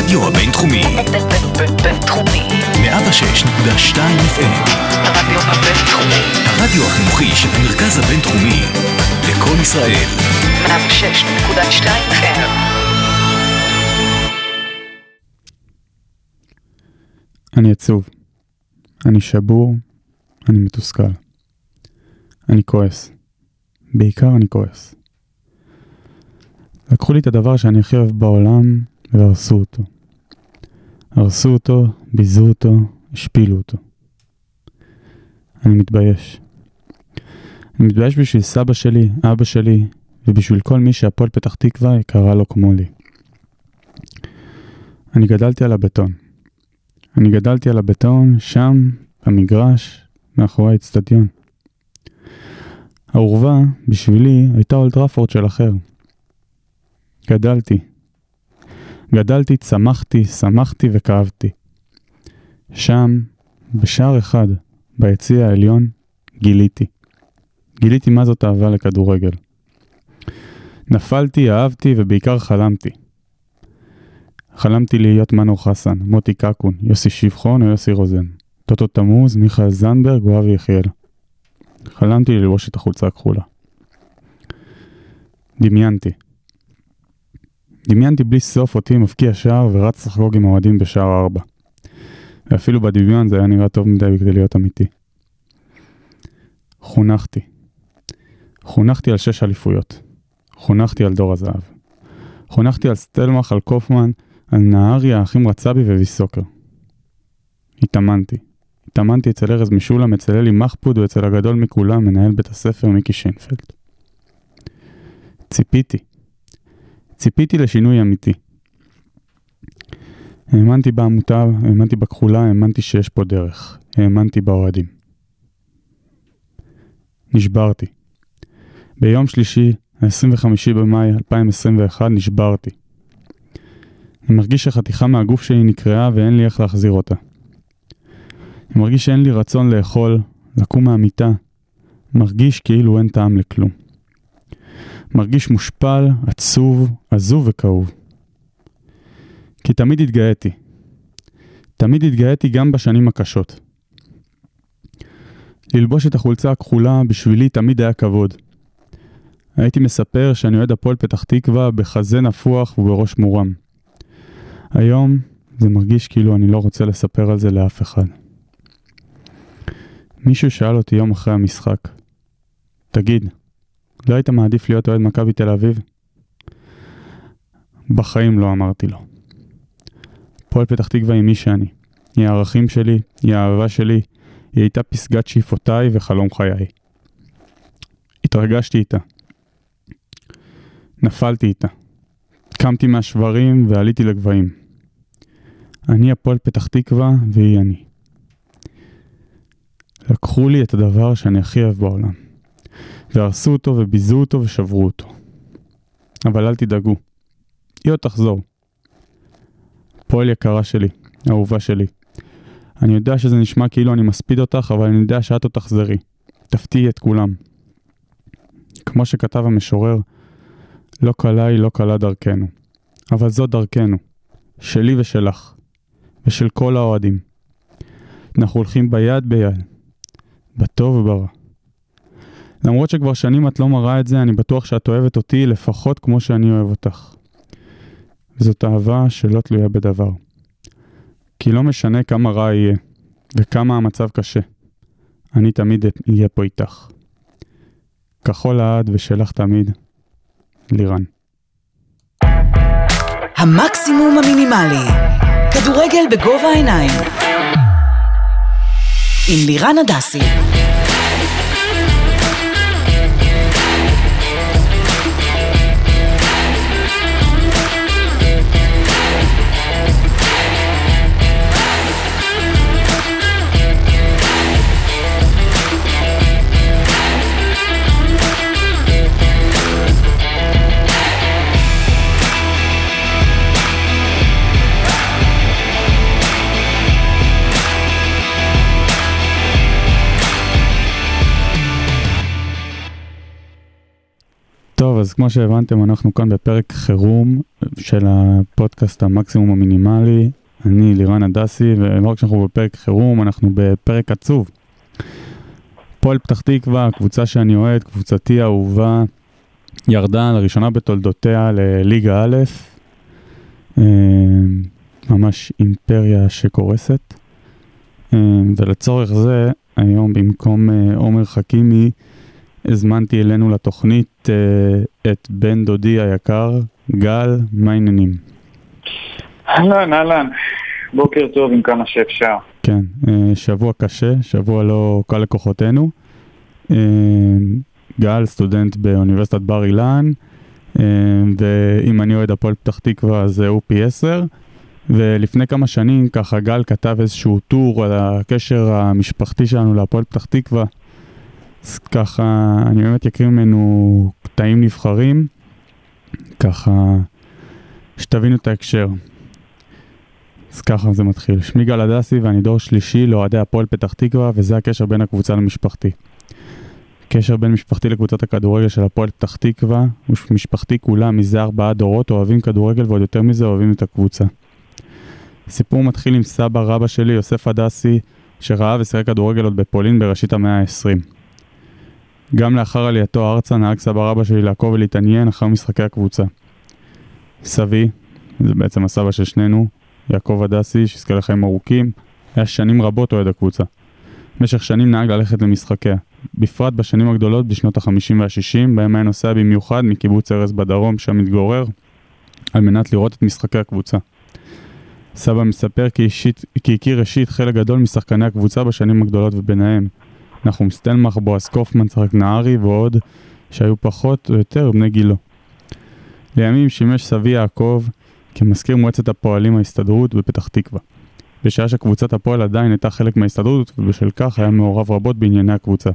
הרדיו הבינתחומי. בינתחומי. 106.2 FM. הרדיו הבינתחומי. הרדיו החינוכי של המרכז הבינתחומי. לכל ישראל. 106.2 FM. אני עצוב. אני שבור. אני מתוסכל. אני כועס. בעיקר אני כועס. לקחו לי את הדבר שאני הכי אוהב בעולם והרסו אותו. הרסו אותו, ביזו אותו, השפילו אותו. אני מתבייש. אני מתבייש בשביל סבא שלי, אבא שלי, ובשביל כל מי שהפועל פתח תקווה יקרה לו כמו לי. אני גדלתי על הבטון. אני גדלתי על הבטון, שם, במגרש, מאחורי האצטדיון. העורבה, בשבילי, הייתה אולד טראפורד של אחר. גדלתי, צמחתי, שמחתי וכאבתי. שם, בשער אחד, ביציע העליון, גיליתי מה זאת אהבה לכדורגל. נפלתי, אהבתי ובעיקר חלמתי. חלמתי להיות מנור חסן, מוטי קקון, יוסי שבחון או יוסי רוזן, טוטו תמוז, מיכאל זנברג או אבי יחיאל. חלמתי ללבוש את החולצה הכחולה. דמיינתי בלי סוף אותי מבקיע שער ורץ לחגוג עם האוהדים בשער 4. ואפילו בדמיון זה היה נראה טוב מדי כדי להיות אמיתי. חונכתי על 6 אליפויות. חונכתי על דור הזהב. חונכתי על סטלמח, על קופמן, על נהריה, האחים רצבי וויסוקר. התאמנתי אצל ארז משולם, אצל אלי מחפוד ואצל הגדול מכולם, מנהל בית הספר מיקי שיינפלד. ציפיתי לשינוי אמיתי. האמנתי בעמותה, האמנתי בכחולה, האמנתי שיש פה דרך. האמנתי באוהדים. נשברתי. ביום שלישי, ה-25 במאי 2021, נשברתי. אני מרגיש שחתיכה מהגוף שלי נקראה ואין לי איך להחזיר אותה. אני מרגיש שאין לי רצון לאכול, לקום מהמיטה. מרגיש כאילו אין טעם לכלום. מרגיש מושפל, עצוב, עזוב וכאוב. כי תמיד התגאיתי גם בשנים הקשות. ללבוש את החולצה הכחולה בשבילי תמיד היה כבוד. הייתי מספר שאני אוהד הפועל פתח תקווה בחזה נפוח ובראש מורם. היום זה מרגיש כאילו אני לא רוצה לספר על זה לאף אחד. מישהו שאל אותי יום אחרי המשחק, תגיד, לא היית מעדיף להיות אוהד מכבי תל אביב? בחיים לא אמרתי לו. הפועל פתח תקווה היא מי שאני. היא הערכים שלי, היא האהבה שלי, היא הייתה פסגת שאיפותיי וחלום חיי. התרגשתי איתה. נפלתי איתה. קמתי מהשברים ועליתי לגבהים. אני הפועל פתח תקווה והיא אני. לקחו לי את הדבר שאני הכי אוהב בעולם. והרסו אותו וביזו אותו ושברו אותו. אבל אל תדאגו. היא עוד תחזור. פועל יקרה שלי, אהובה שלי. אני יודע שזה נשמע כאילו אני מספיד אותך, אבל אני יודע שאת עוד תחזרי. תפתיעי את כולם. כמו שכתב המשורר, לא קלה היא לא קלה דרכנו. אבל זו דרכנו. שלי ושלך. ושל כל האוהדים. אנחנו הולכים ביד ביד. בטוב וברע. למרות שכבר שנים את לא מראה את זה, אני בטוח שאת אוהבת אותי לפחות כמו שאני אוהב אותך. וזאת אהבה שלא תלויה בדבר. כי לא משנה כמה רע יהיה, וכמה המצב קשה. אני תמיד אהיה פה איתך. כחול לעד ושלך תמיד. לירן. המקסימום המינימלי. כדורגל בגובה העיניים. עם לירן הדסי. טוב, אז כמו שהבנתם, אנחנו כאן בפרק חירום של הפודקאסט המקסימום המינימלי. אני לירן הדסי, ולא רק שאנחנו בפרק חירום, אנחנו בפרק עצוב. פועל פתח תקווה, קבוצה שאני אוהד, קבוצתי האהובה, ירדה לראשונה בתולדותיה לליגה א', ממש אימפריה שקורסת. ולצורך זה, היום במקום עומר חכימי, הזמנתי אלינו לתוכנית את בן דודי היקר, גל, מה העניינים? אהלן, בוקר טוב עם כמה שאפשר. כן, שבוע קשה, שבוע לא קל לכוחותינו. גל, סטודנט באוניברסיטת בר אילן, ואם אני אוהד הפועל פתח תקווה זה הוא פי 10, ולפני כמה שנים ככה גל כתב איזשהו טור על הקשר המשפחתי שלנו להפועל פתח תקווה, אז ככה אני באמת אקריא ממנו קטעים נבחרים, ככה שתבינו את ההקשר. אז ככה זה מתחיל. שמי גל הדסי ואני דור שלישי לאוהדי הפועל פתח תקווה, וזה הקשר בין הקבוצה למשפחתי. קשר בין משפחתי לקבוצת הכדורגל של הפועל פתח תקווה, ומשפחתי כולה מזה 4 דורות אוהבים כדורגל, ועוד יותר מזה אוהבים את הקבוצה. הסיפור מתחיל עם סבא רבא שלי, יוסף הדסי, שראה ושיחק כדורגל עוד בפולין בראשית המאה ה-20. גם לאחר עלייתו ארצה נהג סבא רבא שלי לעקוב ולהתעניין אחר משחקי הקבוצה. סבי, זה בעצם הסבא של שנינו, יעקב הדסי, שיזכה לחיים ארוכים, היה שנים רבות אוהד הקבוצה. במשך שנים נהג ללכת למשחקיה, בפרט בשנים הגדולות בשנות ה-50 וה-60, בהם היה נוסע במיוחד מקיבוץ ארז בדרום שם מתגורר, על מנת לראות את משחקי הקבוצה. סבא מספר כי הכיר ראשית חלק גדול משחקני הקבוצה בשנים הגדולות וביניהם נחום סטלמך, בועז קופמן, צחק נהרי ועוד שהיו פחות או יותר בני גילו. לימים שימש סבי יעקב כמזכיר מועצת הפועלים ההסתדרות בפתח תקווה. בשעה שקבוצת הפועל עדיין הייתה חלק מההסתדרות, ובשל כך היה מעורב רבות בענייני הקבוצה.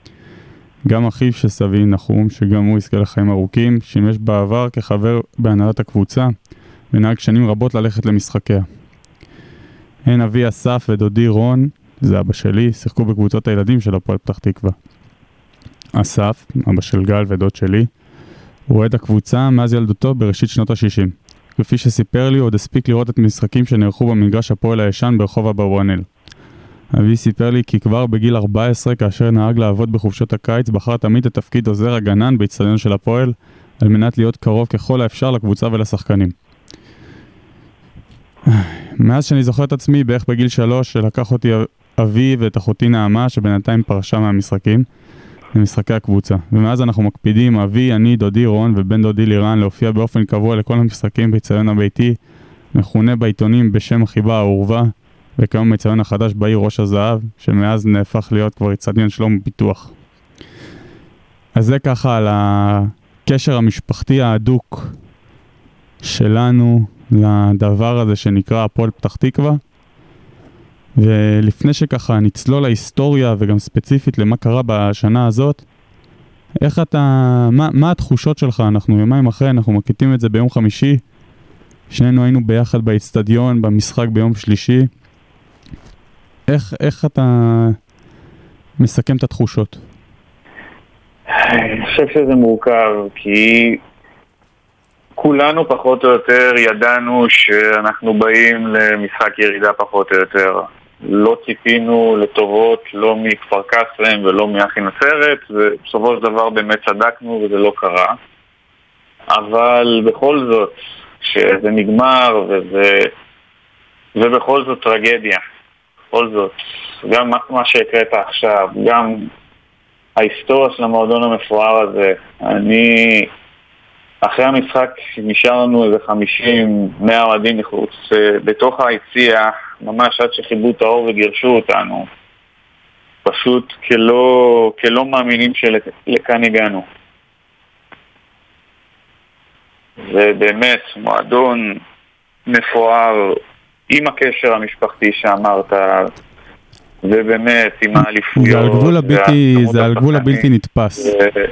גם אחיו של סבי נחום, שגם הוא יזכה לחיים ארוכים, שימש בעבר כחבר בהנהלת הקבוצה, ונהג שנים רבות ללכת למשחקיה. הן אבי אסף ודודי רון, זה אבא שלי, שיחקו בקבוצות הילדים של הפועל פתח תקווה. אסף, אבא של גל ודוד שלי, הוא אוהד הקבוצה מאז ילדותו בראשית שנות ה-60. כפי שסיפר לי, עוד הספיק לראות את משחקים שנערכו במגרש הפועל הישן ברחוב אברבנאל. אבי סיפר לי כי כבר בגיל 14, כאשר נהג לעבוד בחופשות הקיץ, בחר תמיד את תפקיד עוזר הגנן באצטדיון של הפועל, על מנת להיות קרוב ככל האפשר לקבוצה ולשחקנים. מאז שאני זוכר את עצמי, בערך בגיל 3, שלקח אותי אבי ואת אחותי נעמה, שבינתיים פרשה מהמשחקים, למשחקי הקבוצה. ומאז אנחנו מקפידים, אבי, אני, דודי רון ובן דודי לירן, להופיע באופן קבוע לכל המשחקים באצטדיון הביתי, מכונה בעיתונים בשם החיבה העורבה, וכיום באצטדיון החדש בעיר ראש הזהב, שמאז נהפך להיות כבר אצטדיון שלום ופיתוח. אז זה ככה על הקשר המשפחתי ההדוק שלנו לדבר הזה שנקרא הפועל פתח תקווה. ולפני שככה נצלול להיסטוריה וגם ספציפית למה קרה בשנה הזאת, איך מה התחושות שלך? אנחנו יומיים אחרי, אנחנו מקליטים את זה ביום חמישי, שנינו היינו ביחד באצטדיון, במשחק ביום שלישי. איך אתה מסכם את התחושות? אני חושב שזה מורכב, כי כולנו פחות או יותר ידענו שאנחנו באים למשחק ירידה פחות או יותר. לא ציפינו לטובות, לא מכפר קאסם ולא מאחי נצרת, ובסופו של דבר באמת צדקנו וזה לא קרה. אבל בכל זאת, שזה נגמר ובכל זאת טרגדיה. בכל זאת, גם מה שהקראת עכשיו, גם ההיסטוריה של המועדון המפואר הזה, אחרי המשחק נשאר לנו איזה 50-100 אוהדים מחוץ, בתוך היציע, ממש עד שחיבו את האור וגירשו אותנו. פשוט כלא מאמינים שלכאן הגענו. ובאמת, מועדון מפואר עם הקשר המשפחתי שאמרת, ובאמת עם האליפויות. זה על גבול הבלתי נתפס.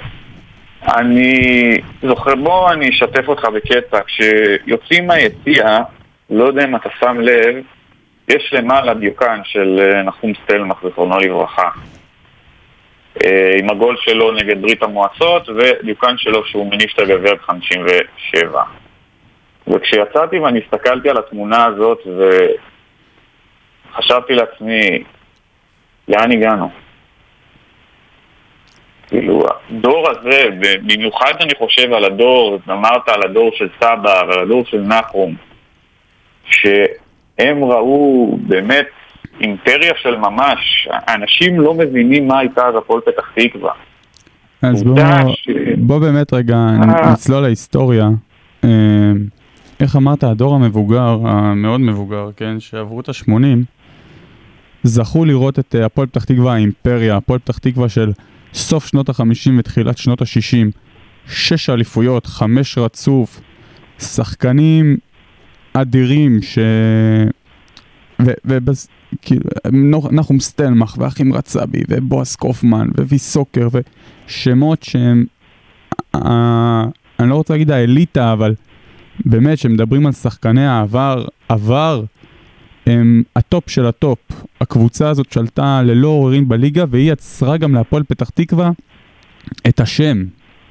אני זוכר, אני אשתף אותך בקטע, כשיוצאים מהיציע, לא יודע אם אתה שם לב, יש למעלה דיוקן של נחום סטלמך זכרונו לברכה. עם הגול שלו נגד ברית המועצות, ודיוקן שלו שהוא מניף את הגברת 57. וכשיצאתי ואני הסתכלתי על התמונה הזאת, וחשבתי לעצמי, לאן הגענו? כאילו, הדור הזה, במיוחד אני חושב על הדור, אמרת על הדור של סבא ועל הדור של נחום, שהם ראו באמת אימפריה של ממש. אנשים לא מבינים מה הייתה אז הפועל פתח תקווה. אז בוא באמת רגע נצלול להיסטוריה. איך אמרת, הדור המבוגר, המאוד מבוגר, כן, שעברו את ה-80, זכו לראות את הפועל פתח תקווה, האימפריה, הפועל פתח תקווה של סוף שנות ה-50 ותחילת שנות ה-60, 6 אליפויות, 5 רצוף, שחקנים אדירים נחום סטלמך ואחים רצבי ובועז קופמן וויסוקר ושמות שהם, אני לא רוצה להגיד האליטה, אבל באמת שמדברים על שחקני העבר, הם הטופ של הטופ. הקבוצה הזאת שלטה ללא עוררין בליגה, והיא יצרה גם להפועל פתח תקווה את השם,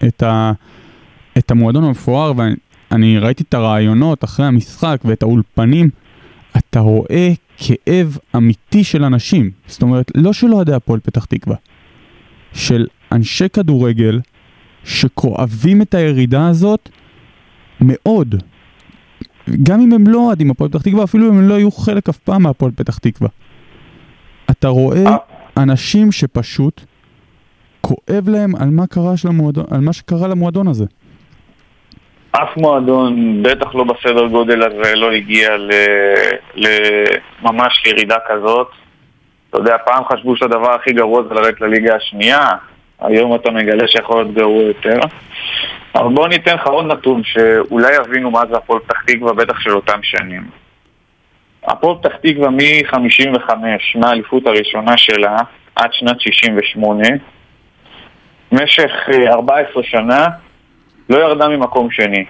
את המועדון המפואר. ואני ראיתי את הרעיונות אחרי המשחק ואת האולפנים, אתה רואה כאב אמיתי של אנשים, זאת אומרת לא של אוהדי הפועל פתח תקווה, של אנשי כדורגל שכואבים את הירידה הזאת מאוד, גם אם הם לא אוהדים הפועל פתח תקווה, אפילו אם הם לא היו חלק אף פעם מהפועל פתח תקווה. אתה רואה אנשים שפשוט כואב להם על מה קרה על מה שקרה למועדון הזה. אף מועדון, בטח לא בסדר גודל הזה, לא הגיע ממש לירידה כזאת. אתה יודע, פעם חשבו שהדבר הכי גרוע זה לרדת לליגה השנייה, היום אתה מגלה שיכול להיות גרוע יותר. אבל בוא ניתן לך עוד נתון שאולי יבינו מה זה הפועל פתח תקווה, בטח של אותם שנים. הפועל פתח תקווה מ-55, מהאליפות הראשונה שלה, עד שנת 68, במשך 14 שנה, לא ירדה ממקום שני.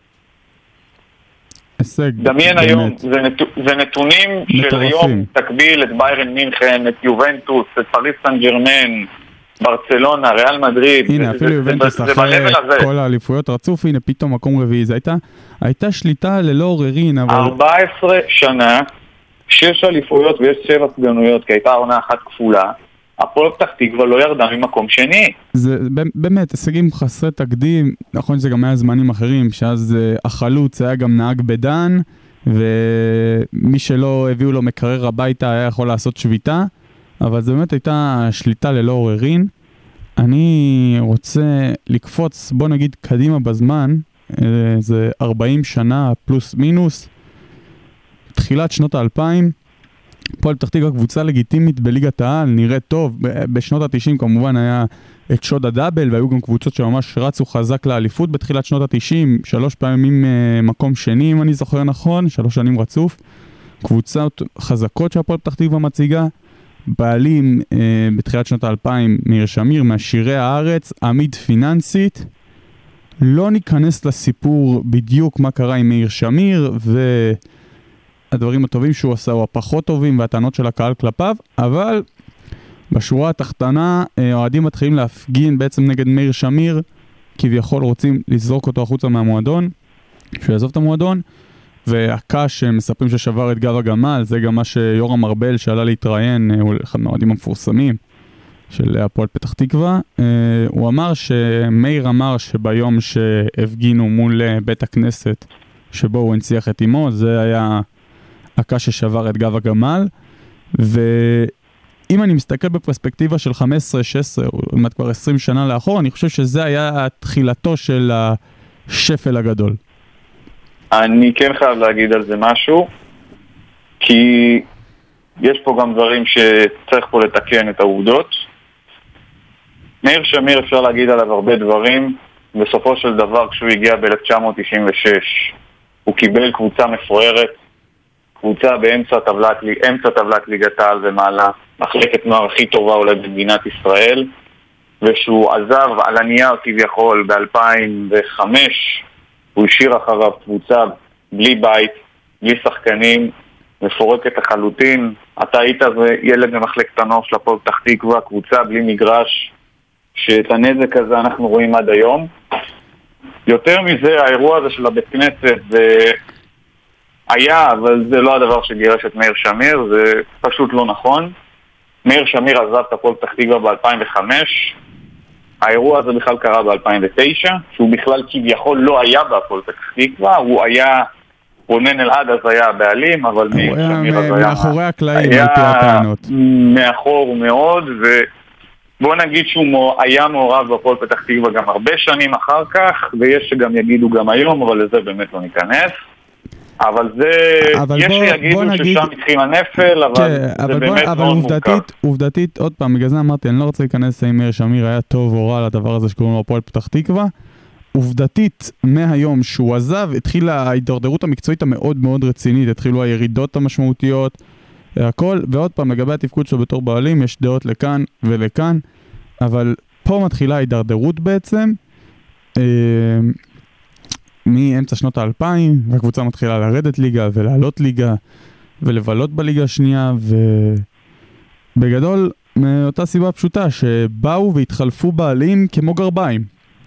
דמיין היום, זה נתונים של היום, תקביל את ביירן מינכן, את יובנטוס, את פריס סן ג'רמן, ברצלונה, ריאל מדריד. הנה, אפילו יובנטוס אחרי כל האליפויות רצוף, הנה פתאום מקום רביעי. זה הייתה שליטה ללא עוררין, אבל 14 שנה, 6 אליפויות ויש 7 סגנויות, כי הייתה עונה אחת כפולה. הפועל פתח תקווה לא ירדה ממקום שני. זה באמת הישגים חסרי תקדים. נכון שזה גם היה זמנים אחרים, שאז החלוץ היה גם נהג בדן, ומי שלא הביאו לו מקרר הביתה היה יכול לעשות שביתה, אבל זה באמת הייתה שליטה ללא עוררין. אני רוצה לקפוץ, בוא נגיד קדימה בזמן, זה 40 שנה פלוס מינוס, תחילת שנות ה-2000, הפועל פתח תקווה קבוצה לגיטימית בליגת העל, נראית טוב. בשנות ה-90 כמובן היה את שוד הדאבל, והיו גם קבוצות שממש רצו חזק לאליפות בתחילת שנות ה-90, 3 פעמים מקום שני, אם אני זוכר נכון, 3 שנים רצוף. קבוצות חזקות שהפועל פתח תקווה מציגה, בעלים בתחילת שנות ה-2000 מאיר שמיר, מעשירי הארץ, עמיד פיננסית. לא ניכנס לסיפור בדיוק מה קרה עם מאיר שמיר, הדברים הטובים שהוא עשה או הפחות טובים והטענות של הקהל כלפיו, אבל בשורה התחתונה אוהדים מתחילים להפגין בעצם נגד מאיר שמיר, כביכול רוצים לזרוק אותו החוצה מהמועדון, שהוא יעזוב את המועדון, והקש שמספרים ששבר את גב הגמל, זה גם מה שיורם ארבל שעלה להתראיין, הוא אחד מהאוהדים המפורסמים של הפועל פתח תקווה, הוא אמר שמאיר אמר שביום שהפגינו מול בית הכנסת שבו הוא הנציח את אמו, זה היה הקש ששבר את גב הגמל. ואם אני מסתכל בפרספקטיבה של 15-16, או כבר 20 שנה לאחור, אני חושב שזה היה תחילתו של השפל הגדול. אני כן חייב להגיד על זה משהו, כי יש פה גם דברים שצריך פה לתקן את העובדות. מאיר שמיר אפשר להגיד עליו הרבה דברים, בסופו של דבר כשהוא הגיע ב-1996 הוא קיבל קבוצה מפוארת, קבוצה באמצע טבלת ליגת העל ומעלה, מחלקת נוער הכי טובה אולי במדינת ישראל, ושהוא עזב על הנייר כביכול ב-2005, הוא השאיר אחריו קבוצה בלי בית, בלי שחקנים, מפורקת לחלוטין. אתה היית ילד במחלקת הנוער של הפועל פתח תקווה, קבוצה בלי מגרש, שאת הנזק הזה אנחנו רואים עד היום. יותר מזה, האירוע הזה של הבית כנסת זה היה, אבל זה לא הדבר שגירש את מאיר שמיר, זה פשוט לא נכון. מאיר שמיר עזב את הפועל פתח תקווה ב-2005, האירוע הזה בכלל קרה ב-2009, שהוא בכלל כביכול לא היה בהפועל פתח תקווה, הוא היה, רונן אלעד אז היה הבעלים, אבל מאיר שמיר אז היה מאחורי הקלעים, על פי הטענות. מאחור מאוד, ובוא נגיד שהוא היה מעורב בהפועל פתח תקווה גם הרבה שנים אחר כך, ויש שגם יגידו גם היום, אבל לזה באמת לא ניכנס. אבל זה, יש שיגידו ששם התחיל הנפל, אבל זה באמת מאוד מורכב. עובדתית, עוד פעם, בגלל זה אמרתי, אני לא רוצה להיכנס אם מאיר שמיר היה טוב או רע לדבר הזה שקוראים לו הפועל פתח תקווה. עובדתית, מהיום שהוא עזב, התחילה ההידרדרות המקצועית המאוד מאוד רצינית, התחילו הירידות המשמעותיות, הכל, ועוד פעם, לגבי התפקוד שלו בתור בעלים, יש דעות לכאן ולכאן, אבל פה מתחילה ההידרדרות בעצם, מאמצע שנות ה-2000, והקבוצה מתחילה לרדת ליגה ולעלות ליגה ולבלות בליגה השנייה, ובגדול מאותה סיבה פשוטה שבאו והתחלפו בעלים כמו גרביים.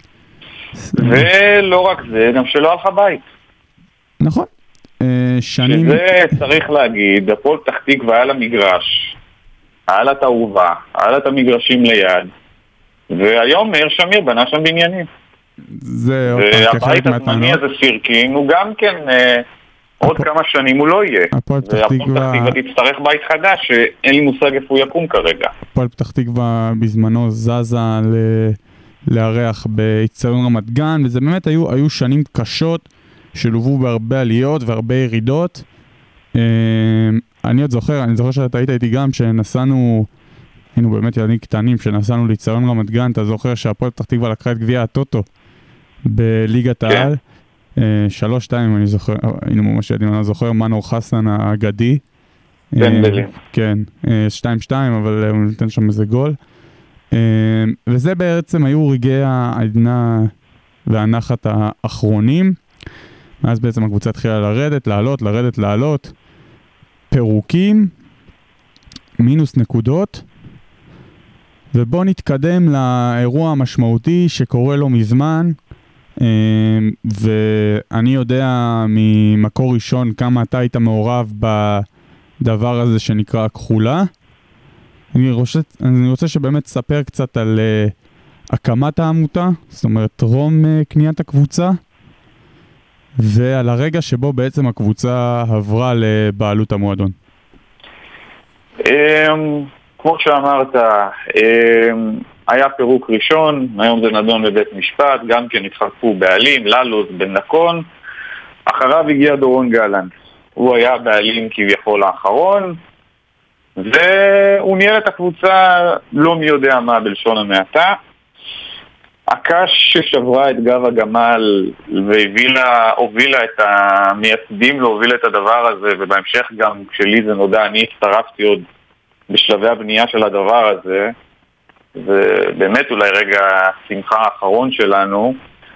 ולא רק זה, גם שלא הלכה בית. נכון. שנים... שזה צריך להגיד, הפועל פתח תקווה היה לה מגרש, היה לה את האהובה, היה לה את המגרשים ליד, והיום מאיר שמיר בנה שם בניינים. והבית הזמני הזה סירקין הוא גם כן עוד כמה שנים הוא לא יהיה, והפועל פתח תקווה תצטרך בית חדש שאין לי מושג איפה הוא יקום כרגע. הפועל פתח תקווה בזמנו זזה לארח באצטדיון רמת גן, וזה באמת היו שנים קשות שלובו בהרבה עליות והרבה ירידות. אני זוכר שאתה היית איתי גם שנסענו, היינו באמת ילדים קטנים שנסענו לאצטדיון רמת גן, אתה זוכר שהפועל פתח תקווה לקחה את גביע הטוטו בליגת העל, 3-2 אני זוכר, היינו ממש ילדים, אני זוכר מנור חסן האגדי, כן, 2-2 אבל הוא נותן שם איזה גול, וזה בעצם היו רגעי העדנה והנחת האחרונים. אז בעצם הקבוצה התחילה לרדת, לעלות, פירוקים, מינוס נקודות, ובוא נתקדם לאירוע המשמעותי שקורה לו מזמן, ואני יודע ממקור ראשון כמה אתה היית מעורב בדבר הזה שנקרא כחולה. אני רוצה שבאמת תספר קצת על הקמת העמותה, זאת אומרת טרום קניית הקבוצה, ועל הרגע שבו בעצם הקבוצה עברה לבעלות המועדון. כמו שאמרת, היה פירוק ראשון, היום זה נדון בבית משפט, גם כן התחלפו בעלים, ללוז, בן נקון, אחריו הגיע דורון גלנט. הוא היה בעלים כביכול האחרון, והוא ניהל את הקבוצה לא מי יודע מה בלשון המעטה. הקש ששברה את גב הגמל והובילה את המייסדים להוביל את הדבר הזה, ובהמשך גם כשלי זה נודע, אני הצטרפתי עוד בשלבי הבנייה של הדבר הזה, ובאמת אולי רגע השמחה האחרון שלנו,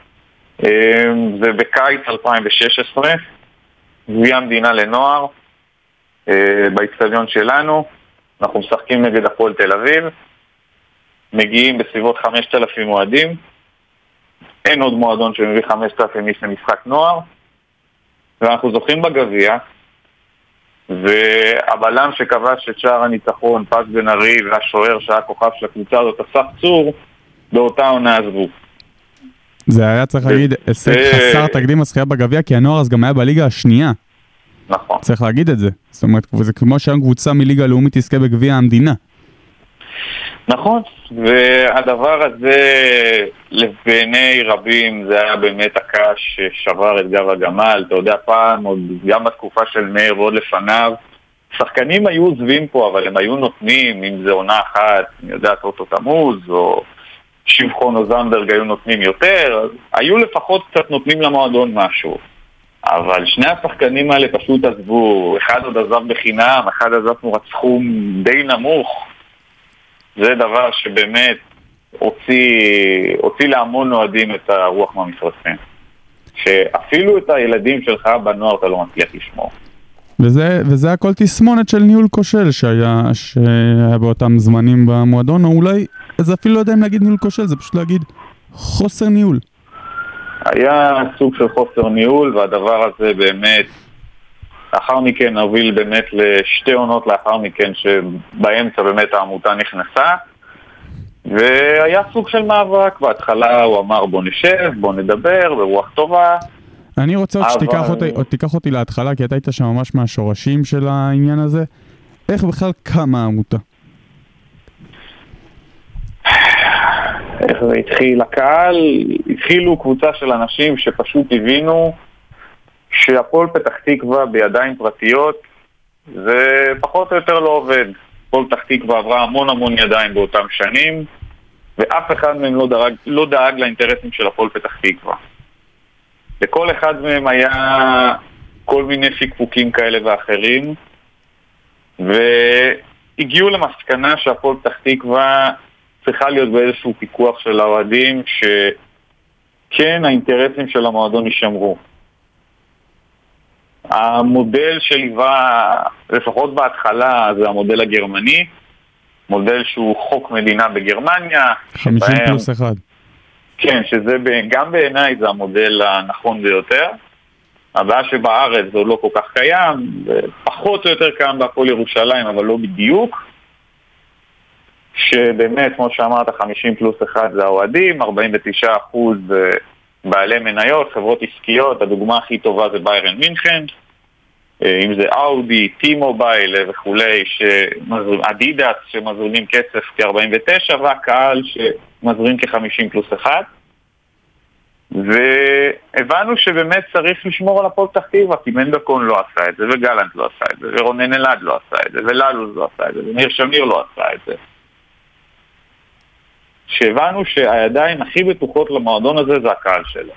זה בקיץ 2016, גביע המדינה לנוער, באצטדיון שלנו, אנחנו משחקים נגד הפועל תל אביב, מגיעים בסביבות 5,000 מועדים, אין עוד מועדון שמביא 5,000 איש למשחק נוער, ואנחנו זוכים בגביע, והבלם שכבש את שער הניצחון, פס בן ארי, והשוער שהיה כוכב של הקבוצה הזאת, אסף צור, באותה עונה עזבו. זה היה צריך להגיד, חסר תקדים הזכייה בגביע, כי הנוער אז גם היה בליגה השנייה. נכון. צריך להגיד את זה. זאת אומרת, זה כמו שהיום קבוצה מליגה לאומית תזכה בגביע המדינה. נכון, והדבר הזה לבעיני רבים זה היה באמת הקש ששבר את גב הגמל. אתה יודע, פעם, עוד גם בתקופה של מאיר ועוד לפניו, שחקנים היו עוזבים פה, אבל הם היו נותנים, אם זה עונה אחת, אני יודע, טוטו תמוז, או שבחון או זנברג היו נותנים יותר, אז היו לפחות קצת נותנים למועדון משהו. אבל שני השחקנים האלה פשוט עזבו, אחד עוד עזב בחינם, אחד עזב תמורת סכום די נמוך. זה דבר שבאמת הוציא להמון נועדים את הרוח מהמשרדים. שאפילו את הילדים שלך בנוער אתה לא מצליח לשמור. וזה הכל תסמונת של ניהול כושל שהיה באותם זמנים במועדון, או זה אפילו לא יודע אם להגיד ניהול כושל, זה פשוט להגיד חוסר ניהול. היה סוג של חוסר ניהול, והדבר הזה באמת, לאחר מכן הוביל באמת לשתי עונות לאחר מכן, שבאמצע באמת העמותה נכנסה, והיה סוג של מאבק. בהתחלה הוא אמר בוא נשב, בוא נדבר, ברוח טובה. אני רוצה שתיקח אותי להתחלה, כי אתה היית שם ממש מהשורשים של העניין הזה. איך בכלל קמה העמותה? איך זה התחיל? הקהל, התחילו קבוצה של אנשים שפשוט הבינו שהפועל פתח תקווה בידיים פרטיות זה פחות או יותר לא עובד. הפועל פתח תקווה עברה המון ידיים באותם שנים, ואף אחד מהם לא דאג לאינטרסים של הפועל פתח תקווה. לכל אחד מהם היה כל מיני פיקפוקים כאלה ואחרים, והגיעו למסקנה שהפועל פתח תקווה צריכה להיות באיזשהו פיקוח של האוהדים, שכן האינטרסים של המועדון יישמרו. המודל שליווה, לפחות בהתחלה, זה המודל הגרמני, מודל שהוא חוק מדינה בגרמניה. 50+1. כן, שזה גם בעיניי זה המודל הנכון ביותר. הבעיה שבארץ זה לא כל כך קיים, פחות או יותר קיים בהפועל ירושלים, אבל לא בדיוק. שבאמת, כמו שאמרת, 50+1 זה האוהדים, 49% בעלי מניות, חברות עסקיות, הדוגמה הכי טובה זה ביירן מינכן, אם זה אאודי, טי-מובייל וכולי, אדידס שמזרימים כסף כ-49, והקהל שמזרים כ-50+1. והבנו שבאמת צריך לשמור על הפועל פתח תקווה, כי מנדקון לא עשה את זה, וגלנט לא עשה את זה, ורונן אלעד לא עשה את זה, וללוז לא עשה את זה, וניר שמיר לא עשה את זה. שהבנו שהידיים הכי בטוחות למועדון הזה זה הקהל שלו.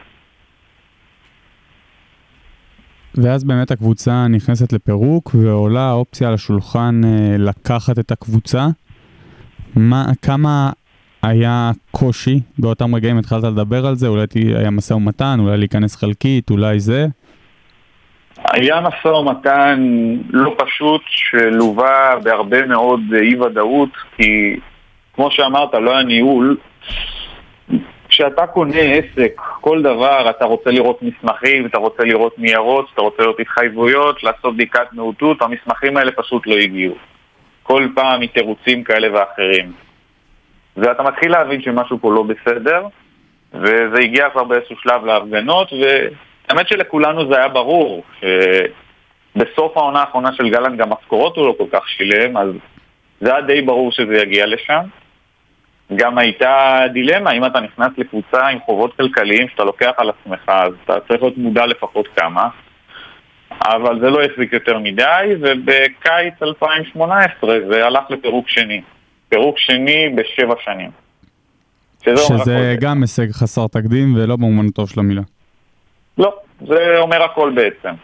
ואז באמת הקבוצה נכנסת לפירוק, ועולה האופציה על השולחן לקחת את הקבוצה. כמה היה קושי באותם רגעים? התחלת לדבר על זה? אולי היה משא ומתן? אולי להיכנס חלקית? אולי זה? היה משא ומתן לא פשוט, שלווה בהרבה מאוד אי-ודאות, כי כמו שאמרת, לא היה ניהול. כשאתה קונה עסק, כל דבר, אתה רוצה לראות מסמכים, אתה רוצה לראות ניירות, אתה רוצה לראות התחייבויות, לעשות בדיקת נאותות, המסמכים האלה פשוט לא הגיעו. כל פעם מתירוצים כאלה ואחרים. ואתה מתחיל להבין שמשהו פה לא בסדר, וזה הגיע כבר באיזשהו שלב להפגנות, והאמת שלכולנו זה היה ברור, שבסוף העונה האחרונה של גלנט גם משכורות הוא לא כל כך שילם, אז זה היה די ברור שזה יגיע לשם. גם הייתה דילמה, אם אתה נכנס לקבוצה עם חובות כלכליים שאתה לוקח על עצמך, אז אתה צריך להיות מודע לפחות כמה, אבל זה לא החזיק יותר מדי, ובקיץ 2018 זה הלך לפירוק שני. פירוק שני ב7 שנים. שזה גם הישג חסר תקדים ולא במובן טוב של המילה. לא, זה אומר הכל בעצם.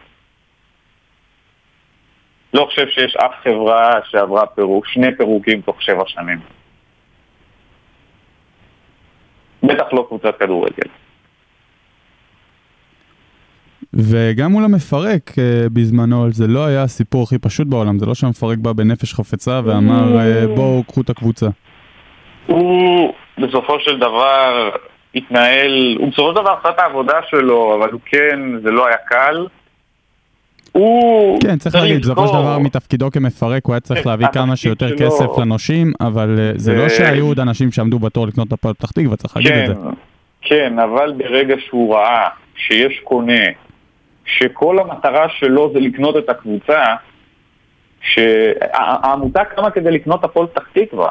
לא חושב שיש אף חברה שעברה פירוק, 2 פירוקים תוך 7 שנים. בטח לא קבוצת כדורגל. וגם מול המפרק בזמנו, זה לא היה הסיפור הכי פשוט בעולם, זה לא שהמפרק בא בנפש חפצה ואמר בואו קחו את הקבוצה. הוא בסופו של דבר התנהל, הוא בסופו של דבר עשה את העבודה שלו, אבל הוא כן, זה לא היה קל. כן, צריך להגיד, בסופו של דבר מתפקידו כמפרק הוא היה צריך להביא כמה שיותר כסף לנושים, אבל זה לא שהיו עוד אנשים שעמדו בתור לקנות את הפועל פתח תקווה, צריך להגיד את זה. כן, אבל ברגע שהוא ראה שיש קונה, שכל המטרה שלו זה לקנות את הקבוצה, שהעמותה קמה כדי לקנות את הפועל פתח תקווה,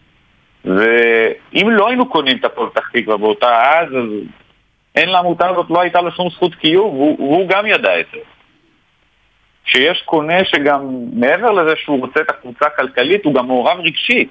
ואם לא היינו קונים את הפועל פתח תקווה באותה אז אין לעמותה הזאת, לא הייתה לו שום זכות קיום, והוא גם ידע את זה. שיש קונה שגם מעבר לזה שהוא רוצה את הקבוצה הכלכלית, הוא גם מעורב רגשית.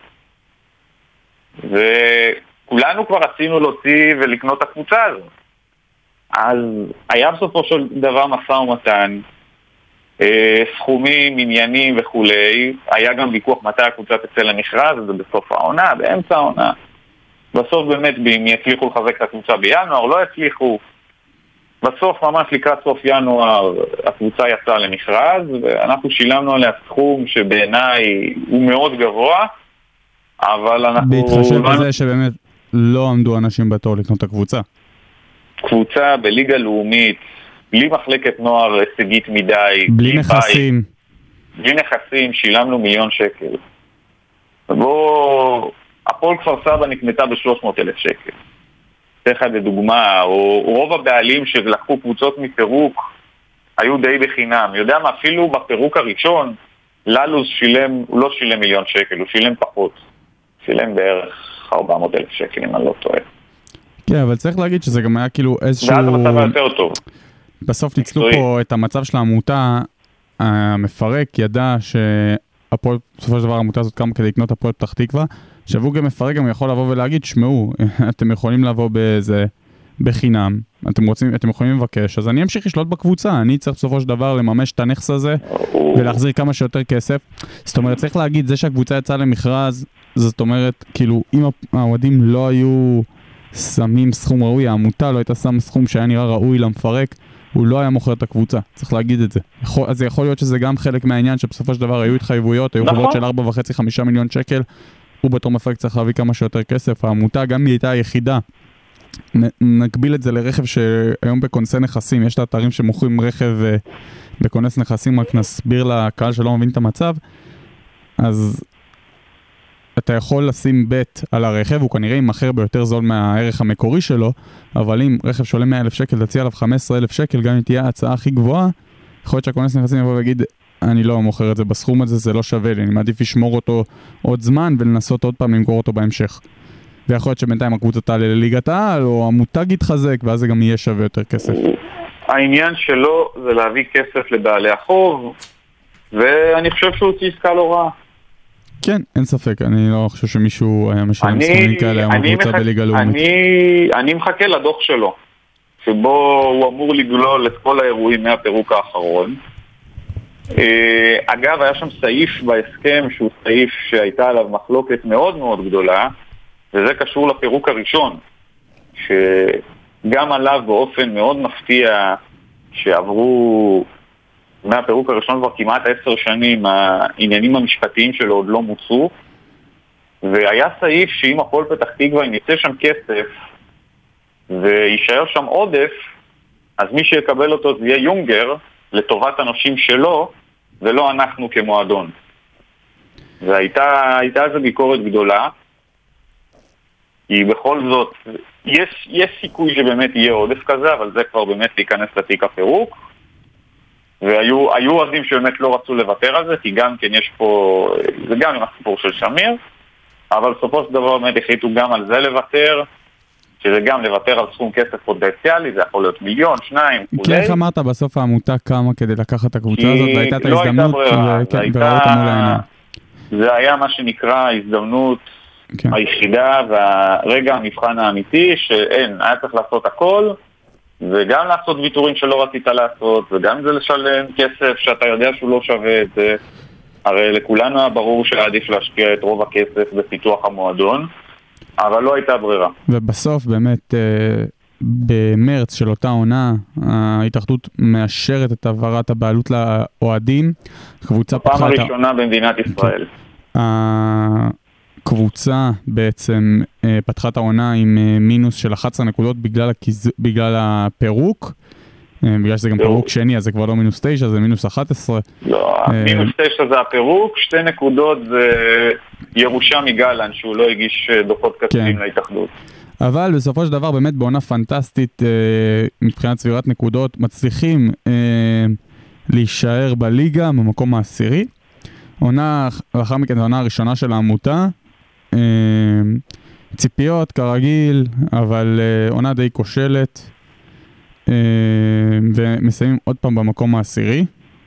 וכולנו כבר רצינו להוציא ולקנות את הקבוצה הזאת. אז היה בסופו של דבר משא ומתן, סכומים, עניינים וכולי. היה גם ויכוח מתי הקבוצה תצא למכרז, זה בסוף העונה, באמצע העונה. בסוף באמת, אם יצליחו לחזק את הקבוצה בינואר, לא יצליחו. בסוף, ממש לקראת סוף ינואר, הקבוצה יצאה למכרז, ואנחנו שילמנו עליה סכום שבעיניי הוא מאוד גבוה, אבל אנחנו... בהתחשב בזה שבאמת לא עמדו אנשים בתור לקנות את הקבוצה. קבוצה בליגה לאומית, בלי מחלקת נוער הישגית מדי, בלי נכסים. בלי נכסים, שילמנו 1,000,000 שקל. ובו, הפועל כפר סבא נקנתה ב-300,000 שקל. אחד לדוגמה, או רוב הבעלים שלקחו קבוצות מפירוק, היו די בחינם. יודע מה, אפילו בפירוק הראשון, ללוז שילם, הוא לא שילם 1,000,000 שקל, הוא שילם פחות. שילם בערך 400,000 שקל, אם אני לא טועה. כן, אבל צריך להגיד שזה גם היה כאילו איזשהו... ואז המצב יותר טוב. בסוף ניצלו פה את המצב של העמותה, המפרק ידע שהפועל, בסופו של דבר העמותה הזאת קמה כדי לקנות הפועל פתח תקווה, שהוא גם מפרק גם יכול לבוא ולהגיד, שמעו, אתם יכולים לבוא באיזה... בחינם, אתם יכולים לבקש, אז אני אמשיך לשלוט בקבוצה, אני צריך בסופו של דבר לממש את הנכס הזה ולהחזיר כמה שיותר כסף. זאת אומרת, צריך להגיד, זה שהקבוצה יצאה למכרז, זאת אומרת, כאילו, אם האוהדים לא היו שמים סכום ראוי, העמותה לא הייתה שם סכום שהיה נראה ראוי למפרק, הוא לא היה מוכר את הקבוצה, צריך להגיד את זה. אז זה יכול להיות שזה גם חלק מהעניין שבסופו של דבר היו התחייבויות, היו חובות של 4.5-5 מיליון שקל, הוא בתור מפרק צריך להביא כמה שיותר כסף, העמותה גם היא הייתה היחידה. נקביל את זה לרכב שהיום בקונסי נכסים, יש את האתרים שמוכרים רכב בקונס נכסים, רק נסביר לקהל שלא מבין את המצב, אז אתה יכול לשים בית על הרכב, הוא כנראה ימחר ביותר זול מהערך המקורי שלו, אבל אם רכב שעולה 100,000 שקל, תציע עליו 15,000 שקל, גם אם תהיה ההצעה הכי גבוהה, יכול להיות שהקונס נכסים יבוא ויגיד, אני לא מוכר את זה בסכום הזה, זה לא שווה לי, אני מעדיף לשמור אותו עוד זמן ולנסות עוד פעם למכור אותו בהמשך. ויכול להיות שבינתיים הקבוצה תעלה לליגת העל, או המותג יתחזק, ואז זה גם יהיה שווה יותר כסף. העניין שלו זה להביא כסף לבעלי החוב, ואני חושב שהוא עסקה לא רעה. כן, אין ספק, אני לא חושב שמישהו היה משלם סכומים כאלה, היה קבוצה בליגה לאומית. אני מחכה לדוח שלו, שבו הוא אמור לגלול את כל האירועים מהפירוק האחרון. אגב, היה שם סעיף בהסכם, שהוא סעיף שהייתה עליו מחלוקת מאוד מאוד גדולה, וזה קשור לפירוק הראשון, שגם עליו באופן מאוד מפתיע שעברו מהפירוק הראשון כבר כמעט 10 שנים, העניינים המשפטיים שלו עוד לא מוצאו, והיה סעיף שאם הפועל פתח תקווה יצא שם כסף וישאר שם עודף, אז מי שיקבל אותו זה יהיה יונגר לטובת הנושים שלו, ולא אנחנו כמועדון. והייתה איזו ביקורת גדולה, כי בכל זאת, יש סיכוי שבאמת יהיה עודף כזה, אבל זה כבר באמת להיכנס לתיק הפירוק. והיו עובדים שבאמת לא רצו לוותר על זה, כי גם כן יש פה, זה גם עם הסיפור של שמיר, אבל בסופו של דבר באמת החליטו גם על זה לוותר, שזה גם לוותר על סכום כסף פוטנציאלי, זה יכול להיות 1,000,000, 2 כי איך אמרת בסוף העמותה קמה כדי לקחת את הקבוצה הזאת, והייתה את ההזדמנות, זה היה מה שנקרא ההזדמנות היחידה, והרגע המבחן האמיתי, שאין, היה צריך לעשות הכל, וגם לעשות ויתורים שלא רצית לעשות, וגם זה לשלם כסף שאתה יודע שהוא לא שווה את זה. הרי לכולנו ברור שעדיף להשקיע את רוב הכסף בפיתוח המועדון, אבל לא הייתה ברירה. ובסוף באמת במרץ של אותה עונה, ההתאחדות מאשרת את העברת הבעלות לאוהדים. פעם הראשונה במדינת ישראל. הקבוצה בעצם פתחה את העונה עם מינוס של 11 נקודות בגלל הפירוק. בגלל שזה גם פירוק שני, אז זה כבר לא מינוס 9, זה מינוס 11. לא, מינוס 9 זה הפירוק, 2 נקודות זה ירושה מגלן, שהוא לא הגיש דוחות כספיים להתאחדות. אבל בסופו של דבר באמת בעונה פנטסטית מבחינת צבירת נקודות, מצליחים להישאר בליגה במקום העשירי. עונה, לאחר מכן זו העונה הראשונה של העמותה, ציפיות כרגיל, אבל עונה די כושלת, ומסיימים עוד פעם במקום העשירי.